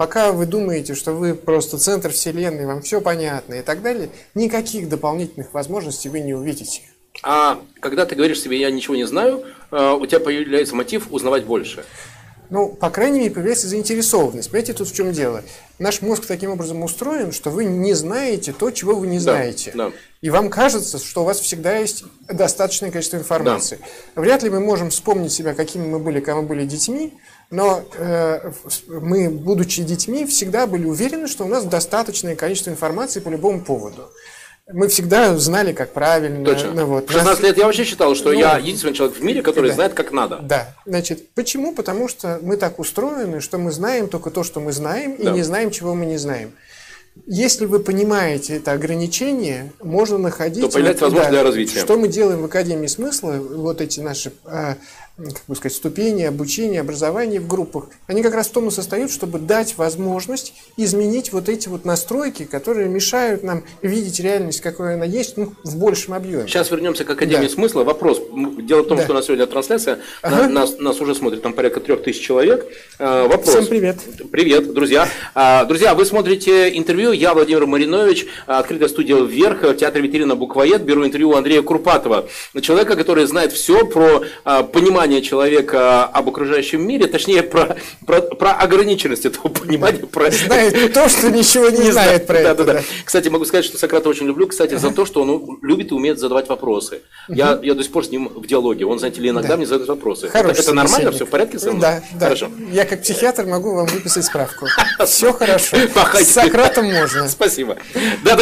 S2: пока вы думаете, что вы просто центр вселенной, вам все понятно и так далее, никаких дополнительных возможностей вы не увидите.
S1: А когда ты говоришь себе, я ничего не знаю, у тебя появляется мотив узнавать больше.
S2: Ну, по крайней мере, появляется заинтересованность. Понимаете, тут в чем дело? Наш мозг таким образом устроен, что вы не знаете то, чего вы не знаете.
S1: Да.
S2: И вам кажется, что у вас всегда есть достаточное количество информации. Да. Вряд ли мы можем вспомнить себя, какими мы были, когда мы были детьми, но мы, будучи детьми, всегда были уверены, что у нас достаточное количество информации по любому поводу. Мы всегда знали, как правильно.
S1: Точно.
S2: Ну, вот.
S1: В 16 лет я вообще считал, что я единственный человек в мире, который знает, как надо.
S2: Да. Значит, почему? Потому что мы так устроены, что мы знаем только то, что мы знаем, и не знаем, чего мы не знаем. Если вы понимаете это ограничение, можно находить...
S1: То появляется возможность для развития.
S2: Что мы делаем в Академии смысла, вот эти наши... как бы сказать, ступени обучения, образования в группах, они как раз в том и состоят, чтобы дать возможность изменить вот эти вот настройки, которые мешают нам видеть реальность, какой она есть, в большем объеме.
S1: Сейчас вернемся к Академии смысла. Вопрос. Дело в том, что у нас сегодня трансляция, нас уже смотрит там порядка 3000 человек. Вопрос.
S2: Всем привет.
S1: Привет, друзья. Друзья, вы смотрите интервью. Я, Владимир Маринович, открытая студия «Вверх», в театре «Витрина» Буквоед. Беру интервью у Андрея Курпатова, человека, который знает все про понимание человека об окружающем мире, точнее, про ограниченность этого понимания.
S2: Знает то, что ничего не знает про это.
S1: Да. Кстати, могу сказать, что Сократа очень люблю, кстати, за то, что он любит и умеет задавать вопросы. Я до сих пор с ним в диалоге. Он, знаете ли, иногда мне задает вопросы. Это нормально? Все в порядке со мной?
S2: Да.
S1: Хорошо.
S2: Я как психиатр могу вам выписать справку. Все хорошо. С Сократом можно.
S1: Спасибо. Да.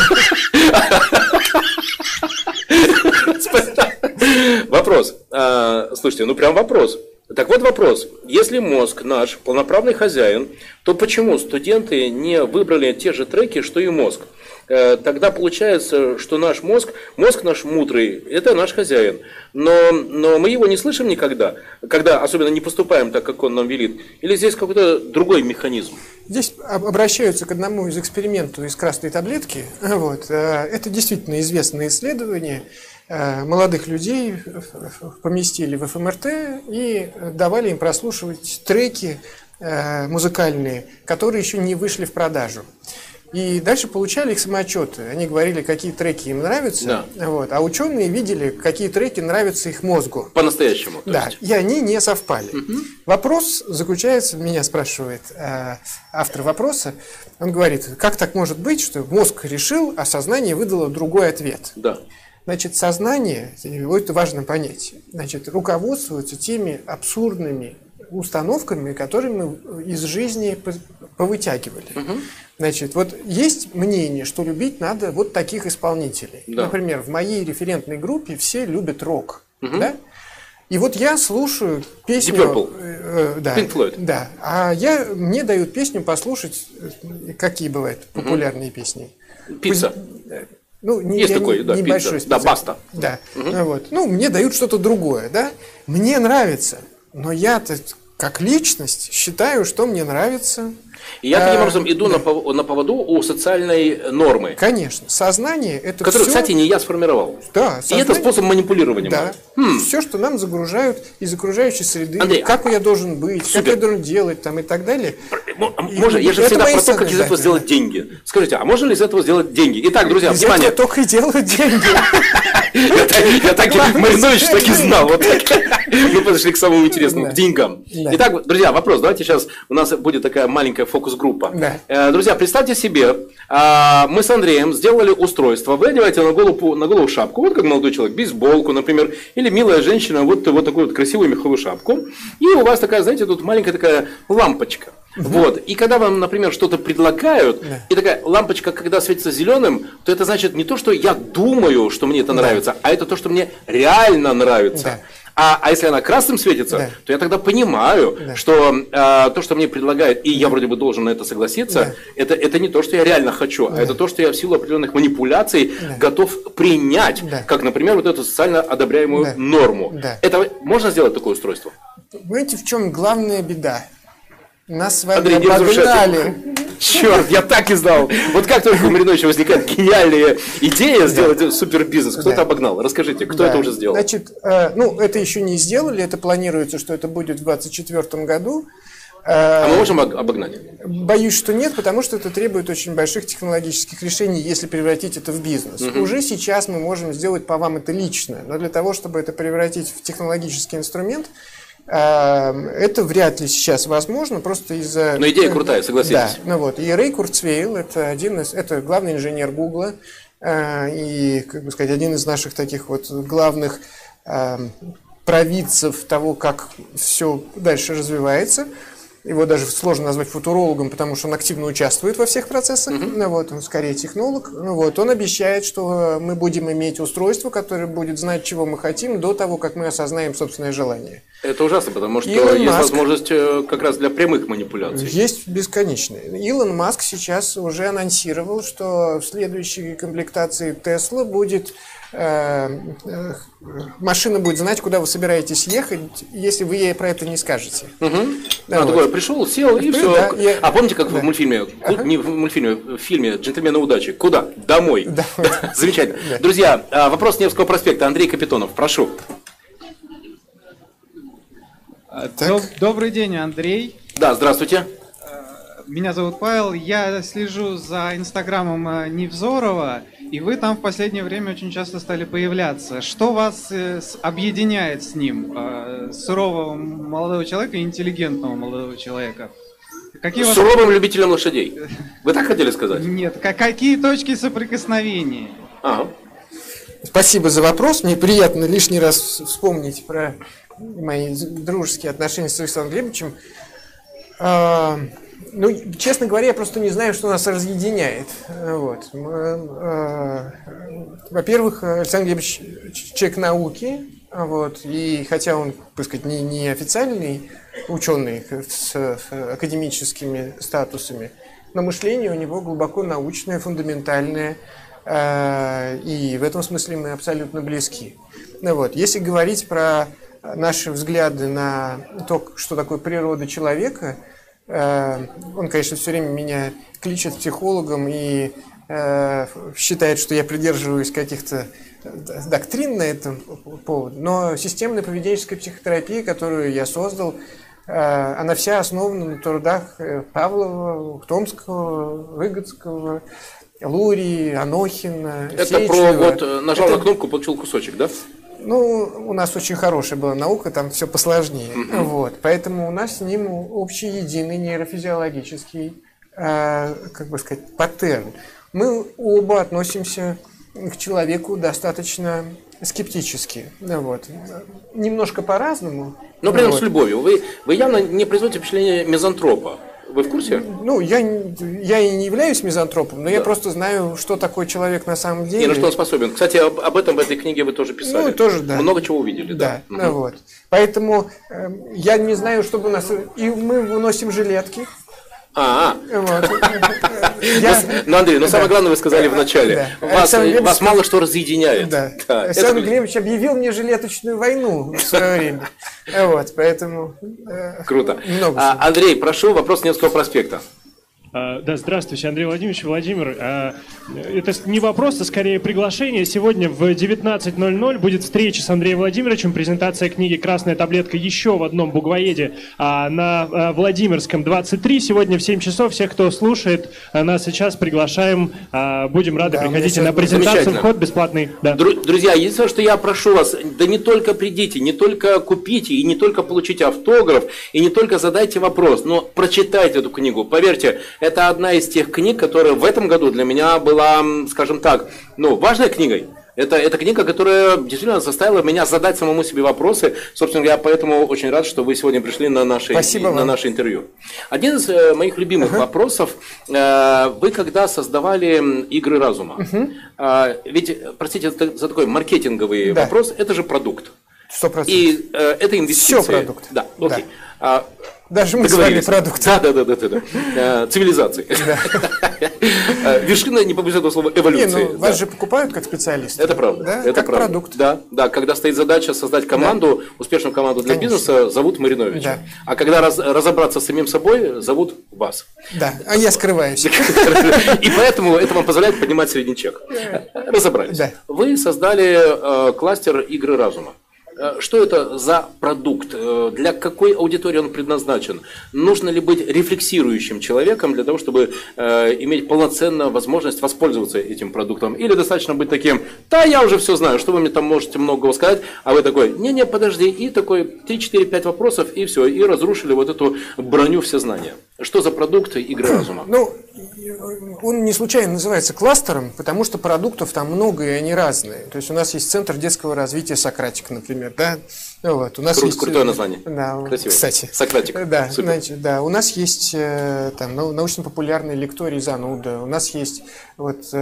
S1: Вопрос. Слушайте, прям вопрос. Так вот вопрос. Если мозг наш полноправный хозяин, то почему студенты не выбрали те же треки, что и мозг? Тогда получается, что наш мозг наш мудрый, это наш хозяин. Но мы его не слышим никогда, когда особенно не поступаем так, как он нам велит. Или здесь какой-то другой механизм?
S2: Здесь обращаются к одному из экспериментов из красной таблетки. Вот. Это действительно известное исследование. Молодых людей поместили в ФМРТ и давали им прослушивать треки музыкальные, которые еще не вышли в продажу. И дальше получали их самоотчеты. Они говорили, какие треки им нравятся, а ученые видели, какие треки нравятся их мозгу.
S1: По-настоящему.
S2: Да, и они не совпали. Вопрос заключается, меня спрашивает автор вопроса, он говорит, как так может быть, что мозг решил, а сознание выдало другой ответ?
S1: Да.
S2: Значит, сознание, это важно понять, руководствуется теми абсурдными установками, которые мы из жизни повытягивали. Значит, вот есть мнение, что любить надо вот таких исполнителей. Да. Например, в моей референтной группе все любят рок. Да? И вот я слушаю песню...
S1: Deep Purple. Pink Floyd.
S2: Да. А мне дают песню послушать, какие бывают популярные песни.
S1: Пицца.
S2: Есть
S1: такой, да,
S2: небольшой
S1: пицца. Да, баста.
S2: Да. Мне дают что-то другое, да? Мне нравится, но я-то как личность считаю, что мне нравится.
S1: И я таким образом иду на поводу у социальной нормы.
S2: Конечно. Сознание – это
S1: которую,
S2: все...
S1: кстати, не я сформировал.
S2: Да.
S1: И это способ манипулирования.
S2: Да. Все, что нам загружают из окружающей среды,
S1: Андрей,
S2: как я должен быть, как я должен делать там, и так далее.
S1: Я же всегда про то, как из этого сделать деньги. Скажите, а можно ли из этого сделать деньги? Итак, друзья,
S2: из
S1: внимание.
S2: Этого только и делают деньги.
S1: Я так, Маринович, так и знал. Мы подошли к самому интересному, к деньгам. Итак, друзья, вопрос. Давайте сейчас у нас будет такая маленькая фокус-группа. Друзья, представьте себе, мы с Андреем сделали устройство. Вы одеваете на голову шапку, вот как молодой человек, бейсболку, например, или милая женщина, вот такую вот красивую меховую шапку. И у вас такая, знаете, тут маленькая такая лампочка. Вот. И когда вам, например, что-то предлагают, и такая лампочка, когда светится зеленым, то это значит не то, что я думаю, что мне это нравится, а это то, что мне реально нравится. А если она красным светится, то я тогда понимаю, что то, что мне предлагают, и я вроде бы должен на это согласиться, это не то, что я реально хочу, а это то, что я в силу определенных манипуляций готов принять, как, например, вот эту социально одобряемую норму. Это можно сделать такое устройство?
S2: Понимаете, в чем главная беда? Нас с вами обогнали.
S1: Черт, я так и знал. Вот как только у Мариновича возникает гениальная идея сделать супербизнес, кто-то обогнал. Расскажите, кто это уже сделал?
S2: Значит, это еще не сделали, это планируется, что это будет в 2024 году.
S1: А мы можем обогнать?
S2: Боюсь, что нет, потому что это требует очень больших технологических решений, если превратить это в бизнес. Уже сейчас мы можем сделать по вам это лично, но для того, чтобы это превратить в технологический инструмент, это вряд ли сейчас возможно, просто из-за...
S1: Но идея крутая, согласитесь.
S2: Да, ну вот. И Рэй Курцвейл, это главный инженер Гугла, и, как бы сказать, один из наших таких вот главных провидцев того, как все дальше развивается. Его даже сложно назвать футурологом, потому что он активно участвует во всех процессах. Ну, вот, он скорее технолог. Ну, вот, он обещает, что мы будем иметь устройство, которое будет знать, чего мы хотим, до того, как мы осознаем собственное желание.
S1: Это ужасно, потому что есть возможность как раз для прямых манипуляций. Есть
S2: бесконечные. Илон Маск сейчас уже анонсировал, что в следующей комплектации Тесла будет... машина будет знать, куда вы собираетесь ехать, если вы ей про это не скажете.
S1: Да, такой пришел, сел и все. Да, а помните, как в мультфильме, не в мультфильме, в фильме «Джентльмены удачи»? Куда? Домой. Замечательно. Друзья, вопрос Невского проспекта. Андрей Капитонов, прошу.
S5: Добрый день, Андрей.
S1: Да, здравствуйте.
S5: Меня зовут Павел. Я слежу за инстаграмом Невзорова, и вы там в последнее время очень часто стали появляться. Что вас объединяет с ним? Сурового молодого человека и интеллигентного молодого человека?
S1: Суровым любителем лошадей. Вы так хотели сказать?
S5: Нет. Какие точки соприкосновения?
S2: Спасибо за вопрос. Мне приятно лишний раз вспомнить про мои дружеские отношения с Александром Глебовичем. Ну, честно говоря, я просто не знаю, что нас разъединяет. Вот. Во-первых, Александр Глебович человек науки, вот, и хотя он, так сказать, не официальный ученый с академическими статусами, но мышление у него глубоко научное, фундаментальное, и в этом смысле мы абсолютно близки. Вот. Если говорить про наши взгляды на то, что такое природа человека, он, конечно, все время меня кличет психологом и считает, что я придерживаюсь каких-то доктрин на этом поводу. Но системная поведенческая психотерапия, которую я создал, она вся основана на трудах Павлова, Ухтомского, Выгодского, Лурии, Анохина,
S1: Это
S2: Сеченева.
S1: про вот нажал на кнопку, получил кусочек, да?
S2: Ну, у нас очень хорошая была наука, там все посложнее. Вот. Поэтому у нас с ним общий, единый нейрофизиологический, как бы сказать, паттерн. Мы оба относимся к человеку достаточно скептически. Вот. Немножко по-разному.
S1: Но при этом с любовью. Вы явно не производите впечатление мизантропа. Вы в курсе?
S2: Ну, я и не являюсь мизантропом, но я просто знаю, что такое человек на самом деле.
S1: И на что он способен. Кстати, об этом в этой книге вы тоже писали.
S2: Ну, тоже, да.
S1: Много чего увидели.
S2: Да, вот. Поэтому я не знаю, чтобы у нас... И мы выносим жилетки. Вот.
S1: Ну, Андрей, но самое главное вы сказали в начале. Вас мало что разъединяет.
S2: Да. Александр Глебович объявил мне жилеточную войну в свое время. Вот, поэтому...
S1: Круто. Андрей, прошу, вопрос Невского проспекта.
S6: Да, здравствуйте, Андрей Владимирович, Владимир. Это не вопрос, а скорее приглашение. Сегодня в 19:00 будет встреча с Андреем Владимировичем, презентация книги «Красная таблетка» еще в одном буквоеде на Владимирском 23. Сегодня в 7 часов. Всех, кто слушает нас сейчас, приглашаем. Будем рады, приходите на презентацию. Вход бесплатный. Да.
S1: Друзья, единственное, что я прошу вас, да не только придите, не только купите, и не только получите автограф, и не только задайте вопрос, но прочитайте эту книгу. Поверьте, это одна из тех книг, которая в этом году для меня была, скажем так, важной книгой. Это книга, которая действительно заставила меня задать самому себе вопросы. Собственно, я поэтому очень рад, что вы сегодня пришли на наше интервью. Один из моих любимых вопросов. Вы когда создавали «Игры разума», ведь, простите за такой маркетинговый вопрос, это же продукт.
S2: 100%.
S1: И это инвестиция.
S2: Все продукт.
S1: Да, окей.
S2: Даже мы с вами продукты.
S1: Да. Цивилизации. Вершина, не побоюсь этого слова, эволюции.
S2: Вас же покупают как специалиста.
S1: Это правда.
S2: Да?
S1: Это
S2: как
S1: правда.
S2: продукт.
S1: Да, когда стоит задача создать команду, успешную команду для бизнеса, зовут Мариновича.
S2: Да.
S1: А когда разобраться с самим собой, зовут вас.
S2: Да, а я скрываюсь.
S1: И поэтому это вам позволяет поднимать средний чек. Разобрались. Вы создали кластер «Игры разума». Что это за продукт? Для какой аудитории он предназначен? Нужно ли быть рефлексирующим человеком для того, чтобы иметь полноценную возможность воспользоваться этим продуктом? Или достаточно быть таким: да, я уже все знаю, что вы мне там можете многого сказать, а вы такой: не-не, подожди, и такой 3, 4, 5 вопросов, и все, и разрушили вот эту броню всезнания. Что за продукт игры разума?
S2: Ну, он не случайно называется кластером, потому что продуктов там много, и они разные. То есть у нас есть Центр детского развития «Сократик», например, да? Вот. У нас есть...
S1: Крутое название.
S2: Да,
S1: красивое.
S2: Кстати.
S1: «Сократик».
S2: Да,
S1: супер.
S2: значит, да. У нас есть там научно-популярный лекторий «Зануда», у нас есть вот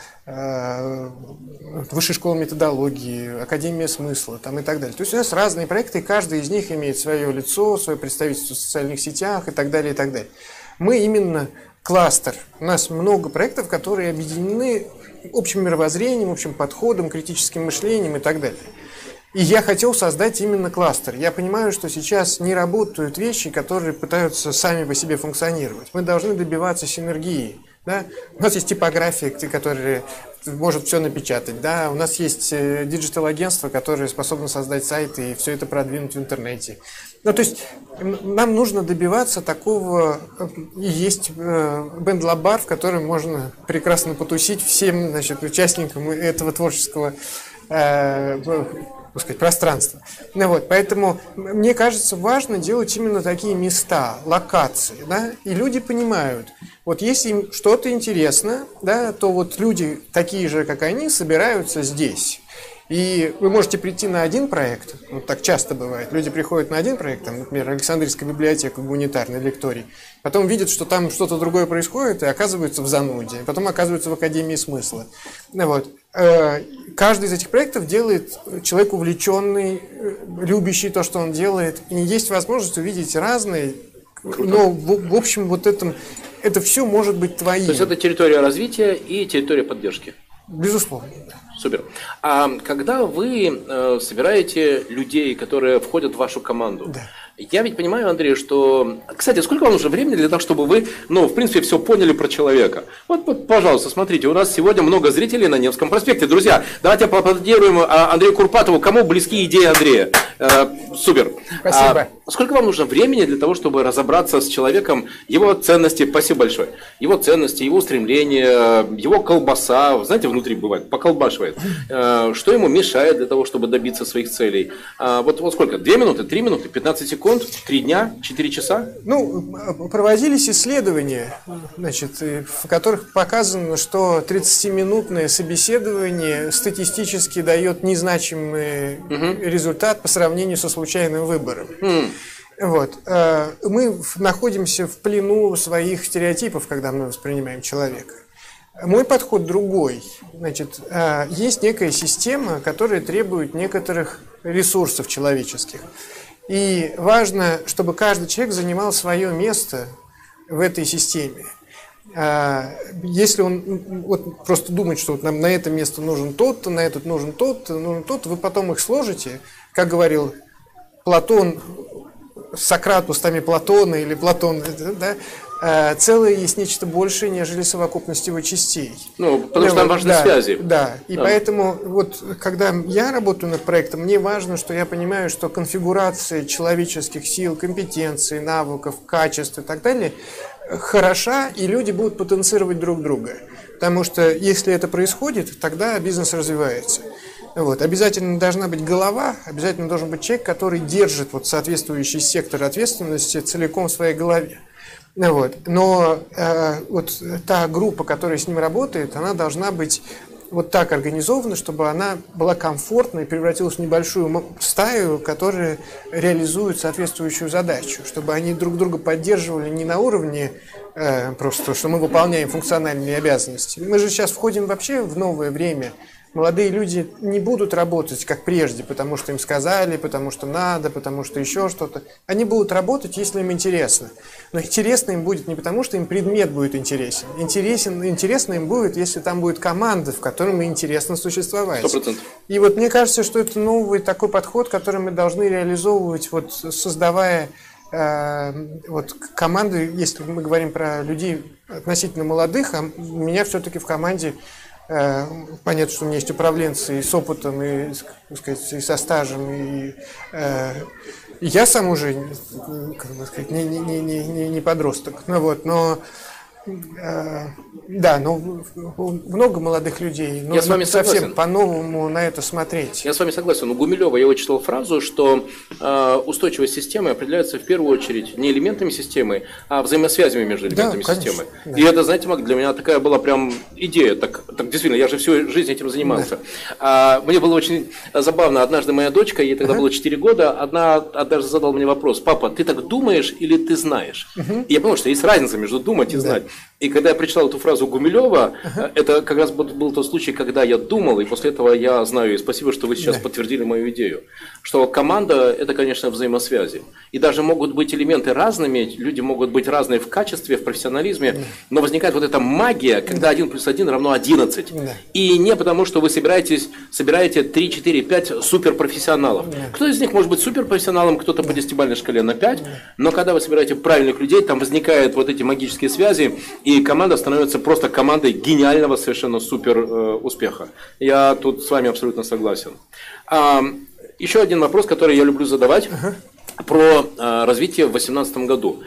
S2: Высшая школа методологии, Академия смысла там, и так далее. То есть у нас разные проекты, и каждый из них имеет свое лицо, свое представительство в социальных сетях и так далее, и так далее. Мы именно кластер. У нас много проектов, которые объединены общим мировоззрением, общим подходом, критическим мышлением и так далее. И я хотел создать именно кластер. Я понимаю, что сейчас не работают вещи, которые пытаются сами по себе функционировать. Мы должны добиваться синергии. Да? У нас есть типография, которая может все напечатать. Да? У нас есть диджитал-агентство, которое способно создать сайты и все это продвинуть в интернете. Ну, то есть нам нужно добиваться такого... И есть бенд-лабар, в котором можно прекрасно потусить всем, значит, участникам этого творческого так сказать, пространство. Ну, вот, поэтому мне кажется, важно делать именно такие места, локации, да, и люди понимают, вот если им что-то интересно, да, то вот люди такие же, как они, собираются здесь. И вы можете прийти на один проект, вот так часто бывает, люди приходят на один проект, там, например, Александрийская библиотека, гуманитарный лекторий, потом видят, что там что-то другое происходит, и оказываются в зануде, потом оказываются в Академии смысла. Вот. Каждый из этих проектов делает человек увлеченный, любящий то, что он делает, и есть возможность увидеть разные, но в общем вот это все может быть твоим.
S1: То есть это территория развития и территория поддержки?
S2: Безусловно.
S1: Супер. А когда вы собираете людей, которые входят в вашу команду,
S2: да.
S1: Я ведь понимаю, Андрей, что... Кстати, сколько вам нужно времени для того, чтобы вы, в принципе, все поняли про человека? Вот, пожалуйста, смотрите, у нас сегодня много зрителей на Невском проспекте. Друзья, давайте поаплодируем Андрею Курпатову. Кому близки идеи Андрея? Супер.
S2: Спасибо.
S1: Сколько вам нужно времени для того, чтобы разобраться с человеком, его ценности, спасибо большое, его ценности, его устремления, его колбаса, знаете, внутри бывает, поколбашивает, что ему мешает для того, чтобы добиться своих целей? Вот сколько? 2 минуты, 3 минуты, 15 секунд, 3 дня, 4 часа?
S2: Проводились исследования, значит, в которых показано, что 30-минутное собеседование статистически дает незначимый результат по сравнению со случайным выбором. Вот. Мы находимся в плену своих стереотипов, когда мы воспринимаем человека. Мой подход другой. Значит, есть некая система, которая требует некоторых ресурсов человеческих. И важно, чтобы каждый человек занимал свое место в этой системе. Если он просто думает, что нам на это место нужен тот-то, на этот нужен тот-то, вы потом их сложите, как говорил Платон, Сократ устами Платона или Платон, да, целое есть нечто большее, нежели совокупность его частей.
S1: Потому что там важны связи.
S2: Да, и поэтому когда я работаю над проектом, мне важно, что я понимаю, что конфигурация человеческих сил, компетенций, навыков, качеств и так далее хороша, и люди будут потенцировать друг друга. Потому что если это происходит, тогда бизнес развивается. Обязательно должна быть голова, обязательно должен быть человек, который держит соответствующий сектор ответственности целиком в своей голове. Но та группа, которая с ним работает, она должна быть так организована, чтобы она была комфортной и превратилась в небольшую стаю, которая реализует соответствующую задачу, чтобы они друг друга поддерживали не на уровне просто, что мы выполняем функциональные обязанности. Мы же сейчас входим вообще в новое время. Молодые люди не будут работать, как прежде, потому что им сказали, потому что надо, потому что еще что-то. Они будут работать, если им интересно. Но интересно им будет не потому, что им предмет будет интересен. Интересно им будет, если там будет команда, в которой им интересно существовать.
S1: 100%.
S2: И мне кажется, что это новый такой подход, который мы должны реализовывать, создавая команды, если мы говорим про людей относительно молодых, а у меня все-таки в команде понятно, что у меня есть управленцы и с опытом, и, так сказать, и со стажем, и я сам уже, как бы сказать, не подросток. Ну, вот, но да, но много молодых людей, но
S1: я с вами
S2: совсем
S1: согласен.
S2: По-новому на это смотреть.
S1: Я с вами согласен. У Гумилева я вычитал фразу, что устойчивость системы определяется в первую очередь не элементами системы, а взаимосвязями между элементами системы. Да. И это, знаете, Мак, для меня такая была прям идея. Так действительно, я же всю жизнь этим занимался. Да. Мне было очень забавно. Однажды моя дочка, ей тогда было 4 года, однажды задала мне вопрос: папа, ты так думаешь или ты знаешь? И я понял, что есть разница между думать и знать. И когда я прочитал эту фразу Гумилева, это как раз был тот случай, когда я думал, и после этого я знаю, и спасибо, что вы сейчас подтвердили мою идею, что команда – это, конечно, взаимосвязи. И даже могут быть элементы разными, люди могут быть разные в качестве, в профессионализме, но возникает вот эта магия, когда 1 + 1 равно 11. И не потому, что вы собираете 3, 4, 5 суперпрофессионалов. Кто из них может быть суперпрофессионалом, кто-то по 10-бальной шкале на 5, но когда вы собираете правильных людей, там возникают вот эти магические связи, и команда становится просто командой гениального совершенно супер успеха. Я тут с вами абсолютно согласен. Еще один вопрос, который я люблю задавать, про развитие в 2018 году.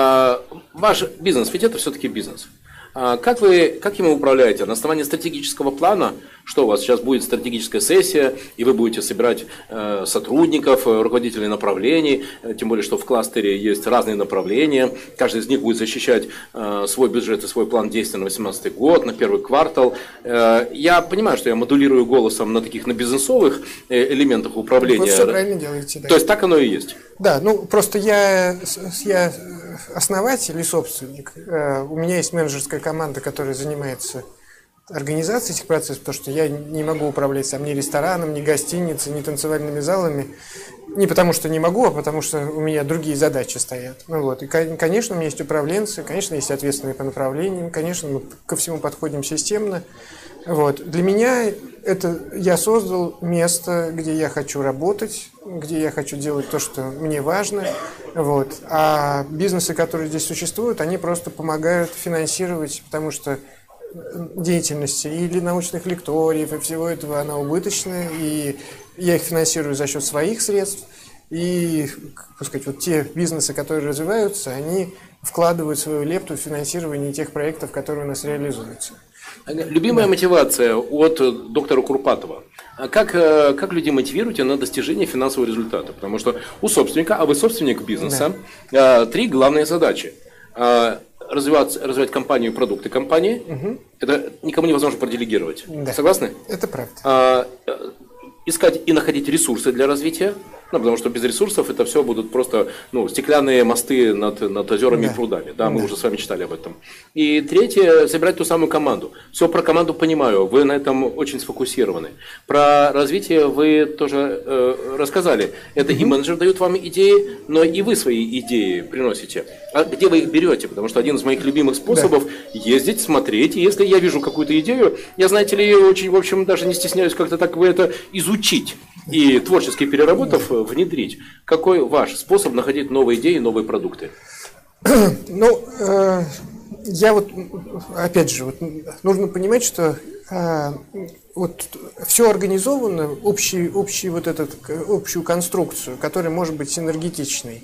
S1: Ваш бизнес, ведь это все-таки бизнес. Как ему управляете? На основании стратегического плана, что у вас сейчас будет стратегическая сессия, и вы будете собирать сотрудников, руководителей направлений, тем более, что в кластере есть разные направления, каждый из них будет защищать свой бюджет и свой план действий на 2018 год, на первый квартал. Я понимаю, что я модулирую голосом на бизнесовых элементах управления.
S2: Вы все правильно делаете. Да.
S1: То есть так оно и есть.
S2: Да, ну просто я основатель и собственник. У меня есть менеджерская команда, которая занимается организацией этих процессов, потому что я не могу управлять сам ни рестораном, ни гостиницей, ни танцевальными залами. Не потому что не могу, а потому что у меня другие задачи стоят. Ну, вот. И, конечно, у меня есть управленцы, конечно, есть ответственные по направлениям, конечно, мы ко всему подходим системно. Вот. Для меня я создал место, где я хочу работать, где я хочу делать то, что мне важно. Вот. А бизнесы, которые здесь существуют, они просто помогают финансировать, потому что деятельности или научных лекториев, и всего этого, она убыточная, и я их финансирую за счет своих средств. И, так сказать, вот те бизнесы, которые развиваются, они вкладывают свою лепту в финансирование тех проектов, которые у нас реализуются.
S1: Любимая мотивация от доктора Курпатова. Как людей мотивируете на достижение финансового результата? Потому что у собственника, а вы собственник бизнеса, 3 главные задачи. Развивать компанию и продукты компании. Это никому невозможно проделегировать. Да. Согласны?
S2: Это правда.
S1: Искать и находить ресурсы для развития. Потому что без ресурсов это все будут просто стеклянные мосты над озерами и прудами. Да, мы уже с вами читали об этом. И третье, собирать ту самую команду. Все про команду понимаю, вы на этом очень сфокусированы. Про развитие вы тоже рассказали. Это и менеджер дает вам идеи, но и вы свои идеи приносите. А где вы их берете? Потому что один из моих любимых способов ездить, смотреть. И если я вижу какую-то идею, я, знаете ли, очень, в общем, даже не стесняюсь как-то так это изучить. И творчески переработав, внедрить. Какой ваш способ находить новые идеи, новые продукты?
S2: Ну, я опять же, нужно понимать, что все организовано, общую конструкцию, которая может быть синергетичной.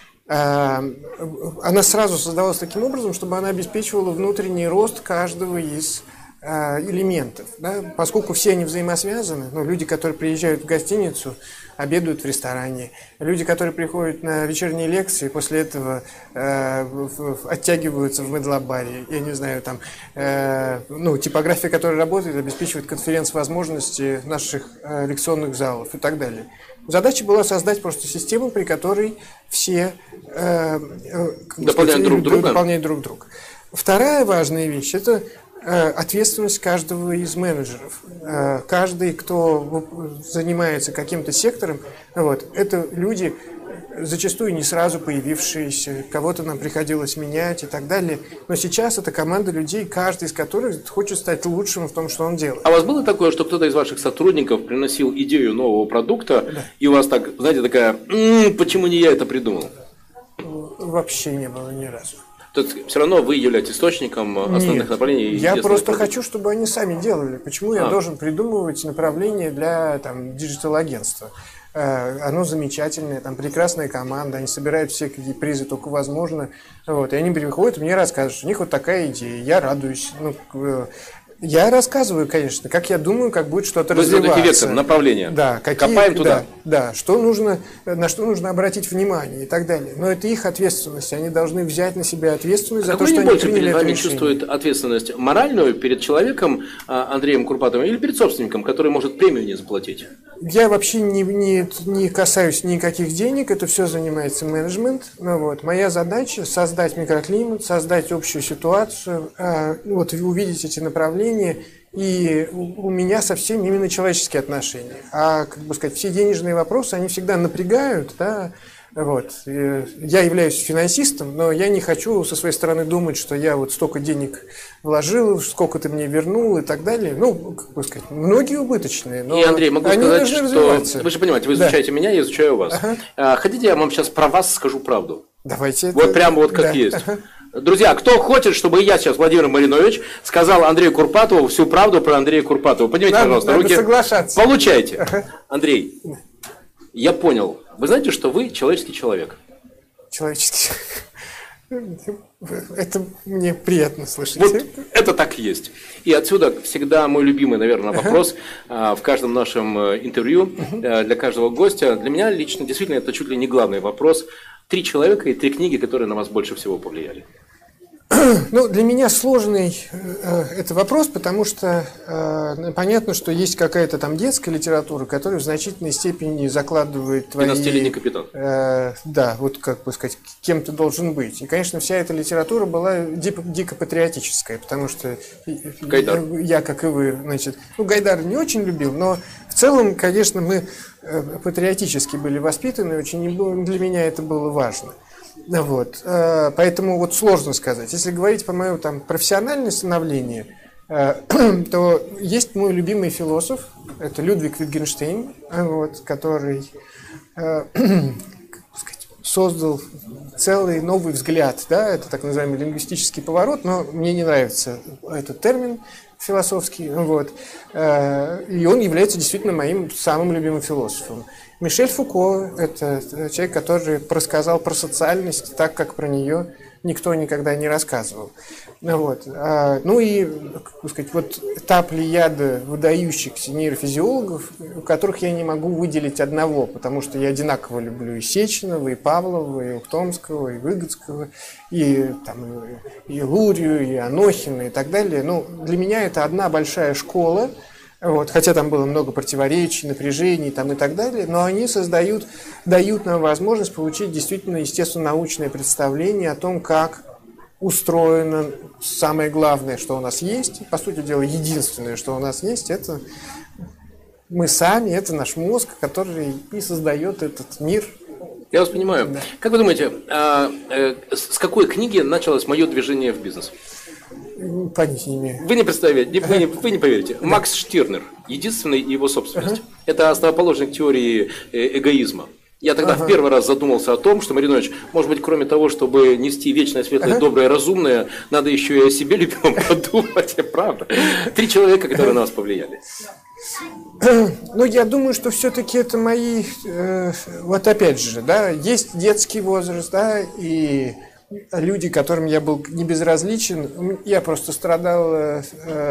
S2: Она сразу создавалась таким образом, чтобы она обеспечивала внутренний рост каждого из элементов, да? Поскольку все они взаимосвязаны, люди, которые приезжают в гостиницу, обедают в ресторане, люди, которые приходят на вечерние лекции, после этого оттягиваются в медлабаре, я не знаю, там, типография, которая работает, обеспечивает конференц-возможности наших лекционных залов и так далее. Задача была создать просто систему, при которой все дополняют друг друга. Вторая важная вещь – это ответственность каждого из менеджеров. Каждый, кто занимается каким-то сектором, это люди, зачастую не сразу появившиеся, кого-то нам приходилось менять и так далее. Но сейчас это команда людей, каждый из которых хочет стать лучшим в том, что он делает.
S1: А у вас было такое, что кто-то из ваших сотрудников приносил идею нового продукта, и у вас так, знаете, такая, почему не я это придумал?
S2: Вообще не было ни разу.
S1: То есть все равно вы являетесь источником основных направлений.
S2: Я просто хочу, чтобы они сами делали. Почему я должен придумывать направление для диджитал-агентства? Оно замечательное, там прекрасная команда, они собирают все какие призы только возможно. Вот, и они приходят, мне рассказывают, что у них вот такая идея, я радуюсь. Я рассказываю, конечно, как я думаю, как будет что-то развиваться.
S1: Вектор, направление.
S2: Да,
S1: копаем туда.
S2: Да, что нужно, на что нужно обратить внимание и так далее. Но это их ответственность. Они должны взять на себя ответственность за то, что они приняли это решение.
S1: Чувствует ответственность моральную перед человеком, Андреем Курпатовым, или перед собственником, который может премию не заплатить?
S2: Я вообще не касаюсь никаких денег, это все занимается менеджмент. Моя задача создать микроклимат, создать общую ситуацию, увидеть эти направления. И у меня со всеми именно человеческие отношения. А, все денежные вопросы, они всегда напрягают, да. Я являюсь финансистом, но я не хочу со своей стороны думать, что я столько денег вложил, сколько ты мне вернул и так далее. Многие убыточные, но
S1: и, Андрей, могу
S2: они
S1: сказать,
S2: должны
S1: что
S2: развиваться.
S1: Вы же понимаете, вы изучаете меня, я изучаю вас. Хотите, я вам сейчас про вас скажу правду?
S2: Давайте.
S1: Прямо как есть. Друзья, кто хочет, чтобы я сейчас, Владимир Маринович, сказал Андрею Курпатову всю правду про Андрея Курпатова? Поднимите, пожалуйста, руки.
S2: Соглашаться.
S1: Получайте. Андрей, я понял. Вы знаете, что вы человеческий человек?
S2: Человеческий. Это мне приятно слышать.
S1: Это так и есть. И отсюда всегда мой любимый, наверное, вопрос в каждом нашем интервью для каждого гостя. Для меня лично действительно это чуть ли не главный вопрос. 3 человека и 3 книги, которые на вас больше всего повлияли.
S2: Для меня сложный это вопрос, потому что понятно, что есть какая-то там детская литература, которая в значительной степени закладывает твои...
S1: 12-летний капитан.
S2: Да, кем ты должен быть. И, конечно, вся эта литература была дико патриотическая, потому что
S1: Гайдар.
S2: Я, как и вы, Гайдар не очень любил, но в целом, конечно, мы патриотически были воспитаны, очень для меня это было важно. Поэтому сложно сказать. Если говорить по моему профессиональное становление, то есть мой любимый философ, это Людвиг Витгенштейн, который создал целый новый взгляд, да, это так называемый лингвистический поворот, но мне не нравится этот термин философский, и он является действительно моим самым любимым философом. Мишель Фуко – это человек, который рассказал про социальность так, как про нее никто никогда не рассказывал. Та плеяда выдающихся нейрофизиологов, у которых я не могу выделить одного, потому что я одинаково люблю и Сеченова, и Павлова, и Ухтомского, и Выгодского, и Лурию, и Анохина, и так далее. Для меня это одна большая школа, хотя там было много противоречий, напряжений и так далее, но они дают нам возможность получить действительно естественно-научное представление о том, как устроено самое главное, что у нас есть. По сути дела, единственное, что у нас есть, это мы сами, это наш мозг, который и создает этот мир.
S1: Я вас понимаю. Да. Как вы думаете, с какой книги началось мое движение в бизнес?
S2: Понятия не имею.
S1: Вы не представляете, вы не поверите. Да. Макс Штирнер, единственный его собственность. Это основоположник теории эгоизма. Я тогда в первый раз задумался о том, что, Маринович, может быть, кроме того, чтобы нести вечное, светлое, доброе, разумное, надо еще и о себе любимом подумать. Правда. 3 человека, которые на вас повлияли.
S2: Я думаю, что все-таки это мои... опять же, да, есть детский возраст, да, и люди, которым я был не безразличен. Я просто страдал...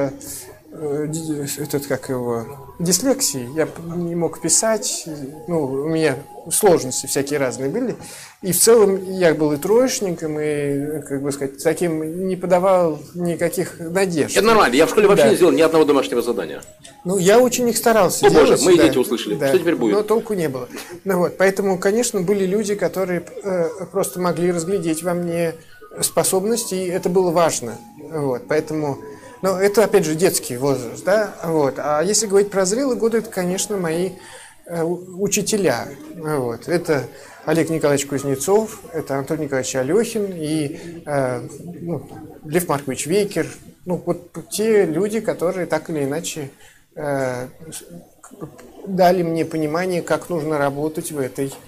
S2: дислексией, я не мог писать, у меня сложности всякие разные были, и в целом я был и троечником, и, таким не подавал никаких надежд.
S1: Это нормально, я в школе вообще не сделал ни одного домашнего задания.
S2: Я очень их старался делать.
S1: Боже, мои дети услышали, что теперь будет?
S2: Но толку не было. Поэтому, конечно, были люди, которые просто могли разглядеть во мне способности, и это было важно. Поэтому... Но это, опять же, детский возраст, да, А если говорить про зрелые годы, это, конечно, мои учителя, Это Олег Николаевич Кузнецов, это Антон Николаевич Алехин и Лев Маркович Вейкер, те люди, которые так или иначе дали мне понимание, как нужно работать в этой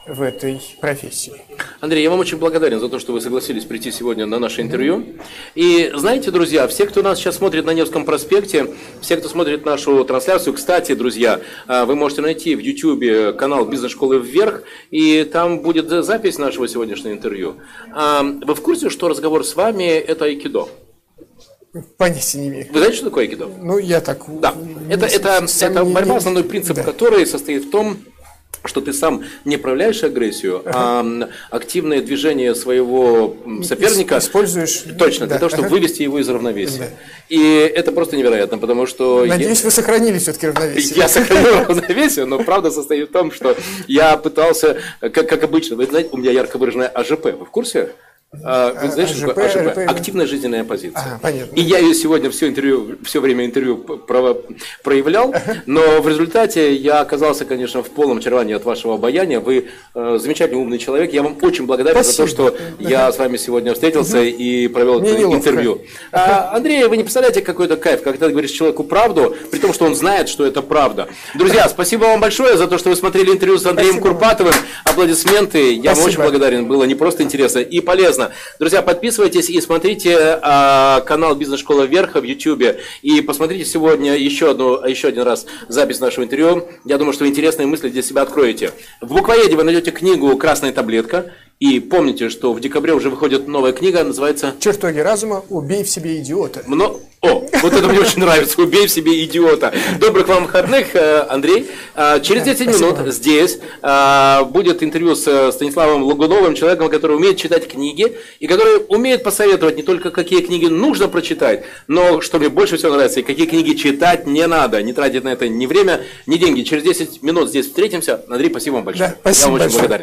S2: в этой профессии.
S1: Андрей, я вам очень благодарен за то, что вы согласились прийти сегодня на наше интервью. И знаете, друзья, все, кто нас сейчас смотрит на Невском проспекте, все, кто смотрит нашу трансляцию, кстати, друзья, вы можете найти в YouTube канал «Бизнес-школы вверх», и там будет запись нашего сегодняшнего интервью. Вы в курсе, что разговор с вами – это айкидо?
S2: Понятия не имею.
S1: Вы знаете, что такое айкидо?
S2: Ну, я так...
S1: Да, это борьба, основной принцип которой состоит в том, что ты сам не проявляешь агрессию, а активное движение своего соперника
S2: используешь
S1: точно для того, чтобы вывести его из равновесия. И это просто невероятно, потому что...
S2: Надеюсь, вы сохранили все-таки равновесие.
S1: Я сохранил равновесие, но правда состоит в том, что я пытался, как обычно, вы знаете, у меня ярко выраженное АЖП, вы в курсе? Вы знаете, что такое АЖП? Активная жизненная позиция.
S2: Понятно.
S1: И я ее сегодня все время интервью проявлял, но в результате я оказался, конечно, в полном очаровании от вашего обаяния. Вы замечательный, умный человек. Я вам очень благодарен за то, что я с вами сегодня встретился и провел это интервью. Андрей, вы не представляете, какой это кайф, когда ты говоришь человеку правду, при том, что он знает, что это правда. Друзья, спасибо вам большое за то, что вы смотрели интервью с Андреем Курпатовым. Аплодисменты. Я вам очень благодарен. Было не просто интересно и полезно. Друзья, подписывайтесь и смотрите канал «Бизнес-школа вверх» в YouTube. И посмотрите сегодня еще один раз запись нашего интервью. Я думаю, что интересные мысли для себя откроете. В буквоеде вы найдете книгу «Красная таблетка». И помните, что в декабре уже выходит новая книга, называется
S2: «Чертоги разума. Убей в себе идиота».
S1: Вот это мне очень нравится. Убей в себе идиота. Добрых вам выходных, Андрей. Через 10 минут здесь будет интервью с Станиславом Лагуновым, человеком, который умеет читать книги и который умеет посоветовать не только, какие книги нужно прочитать, но, что мне больше всего нравится, и какие книги читать не надо, не тратить на это ни время, ни деньги. Через 10 минут здесь встретимся. Андрей, спасибо вам большое.
S2: Да, спасибо.
S1: Я вам очень благодарен.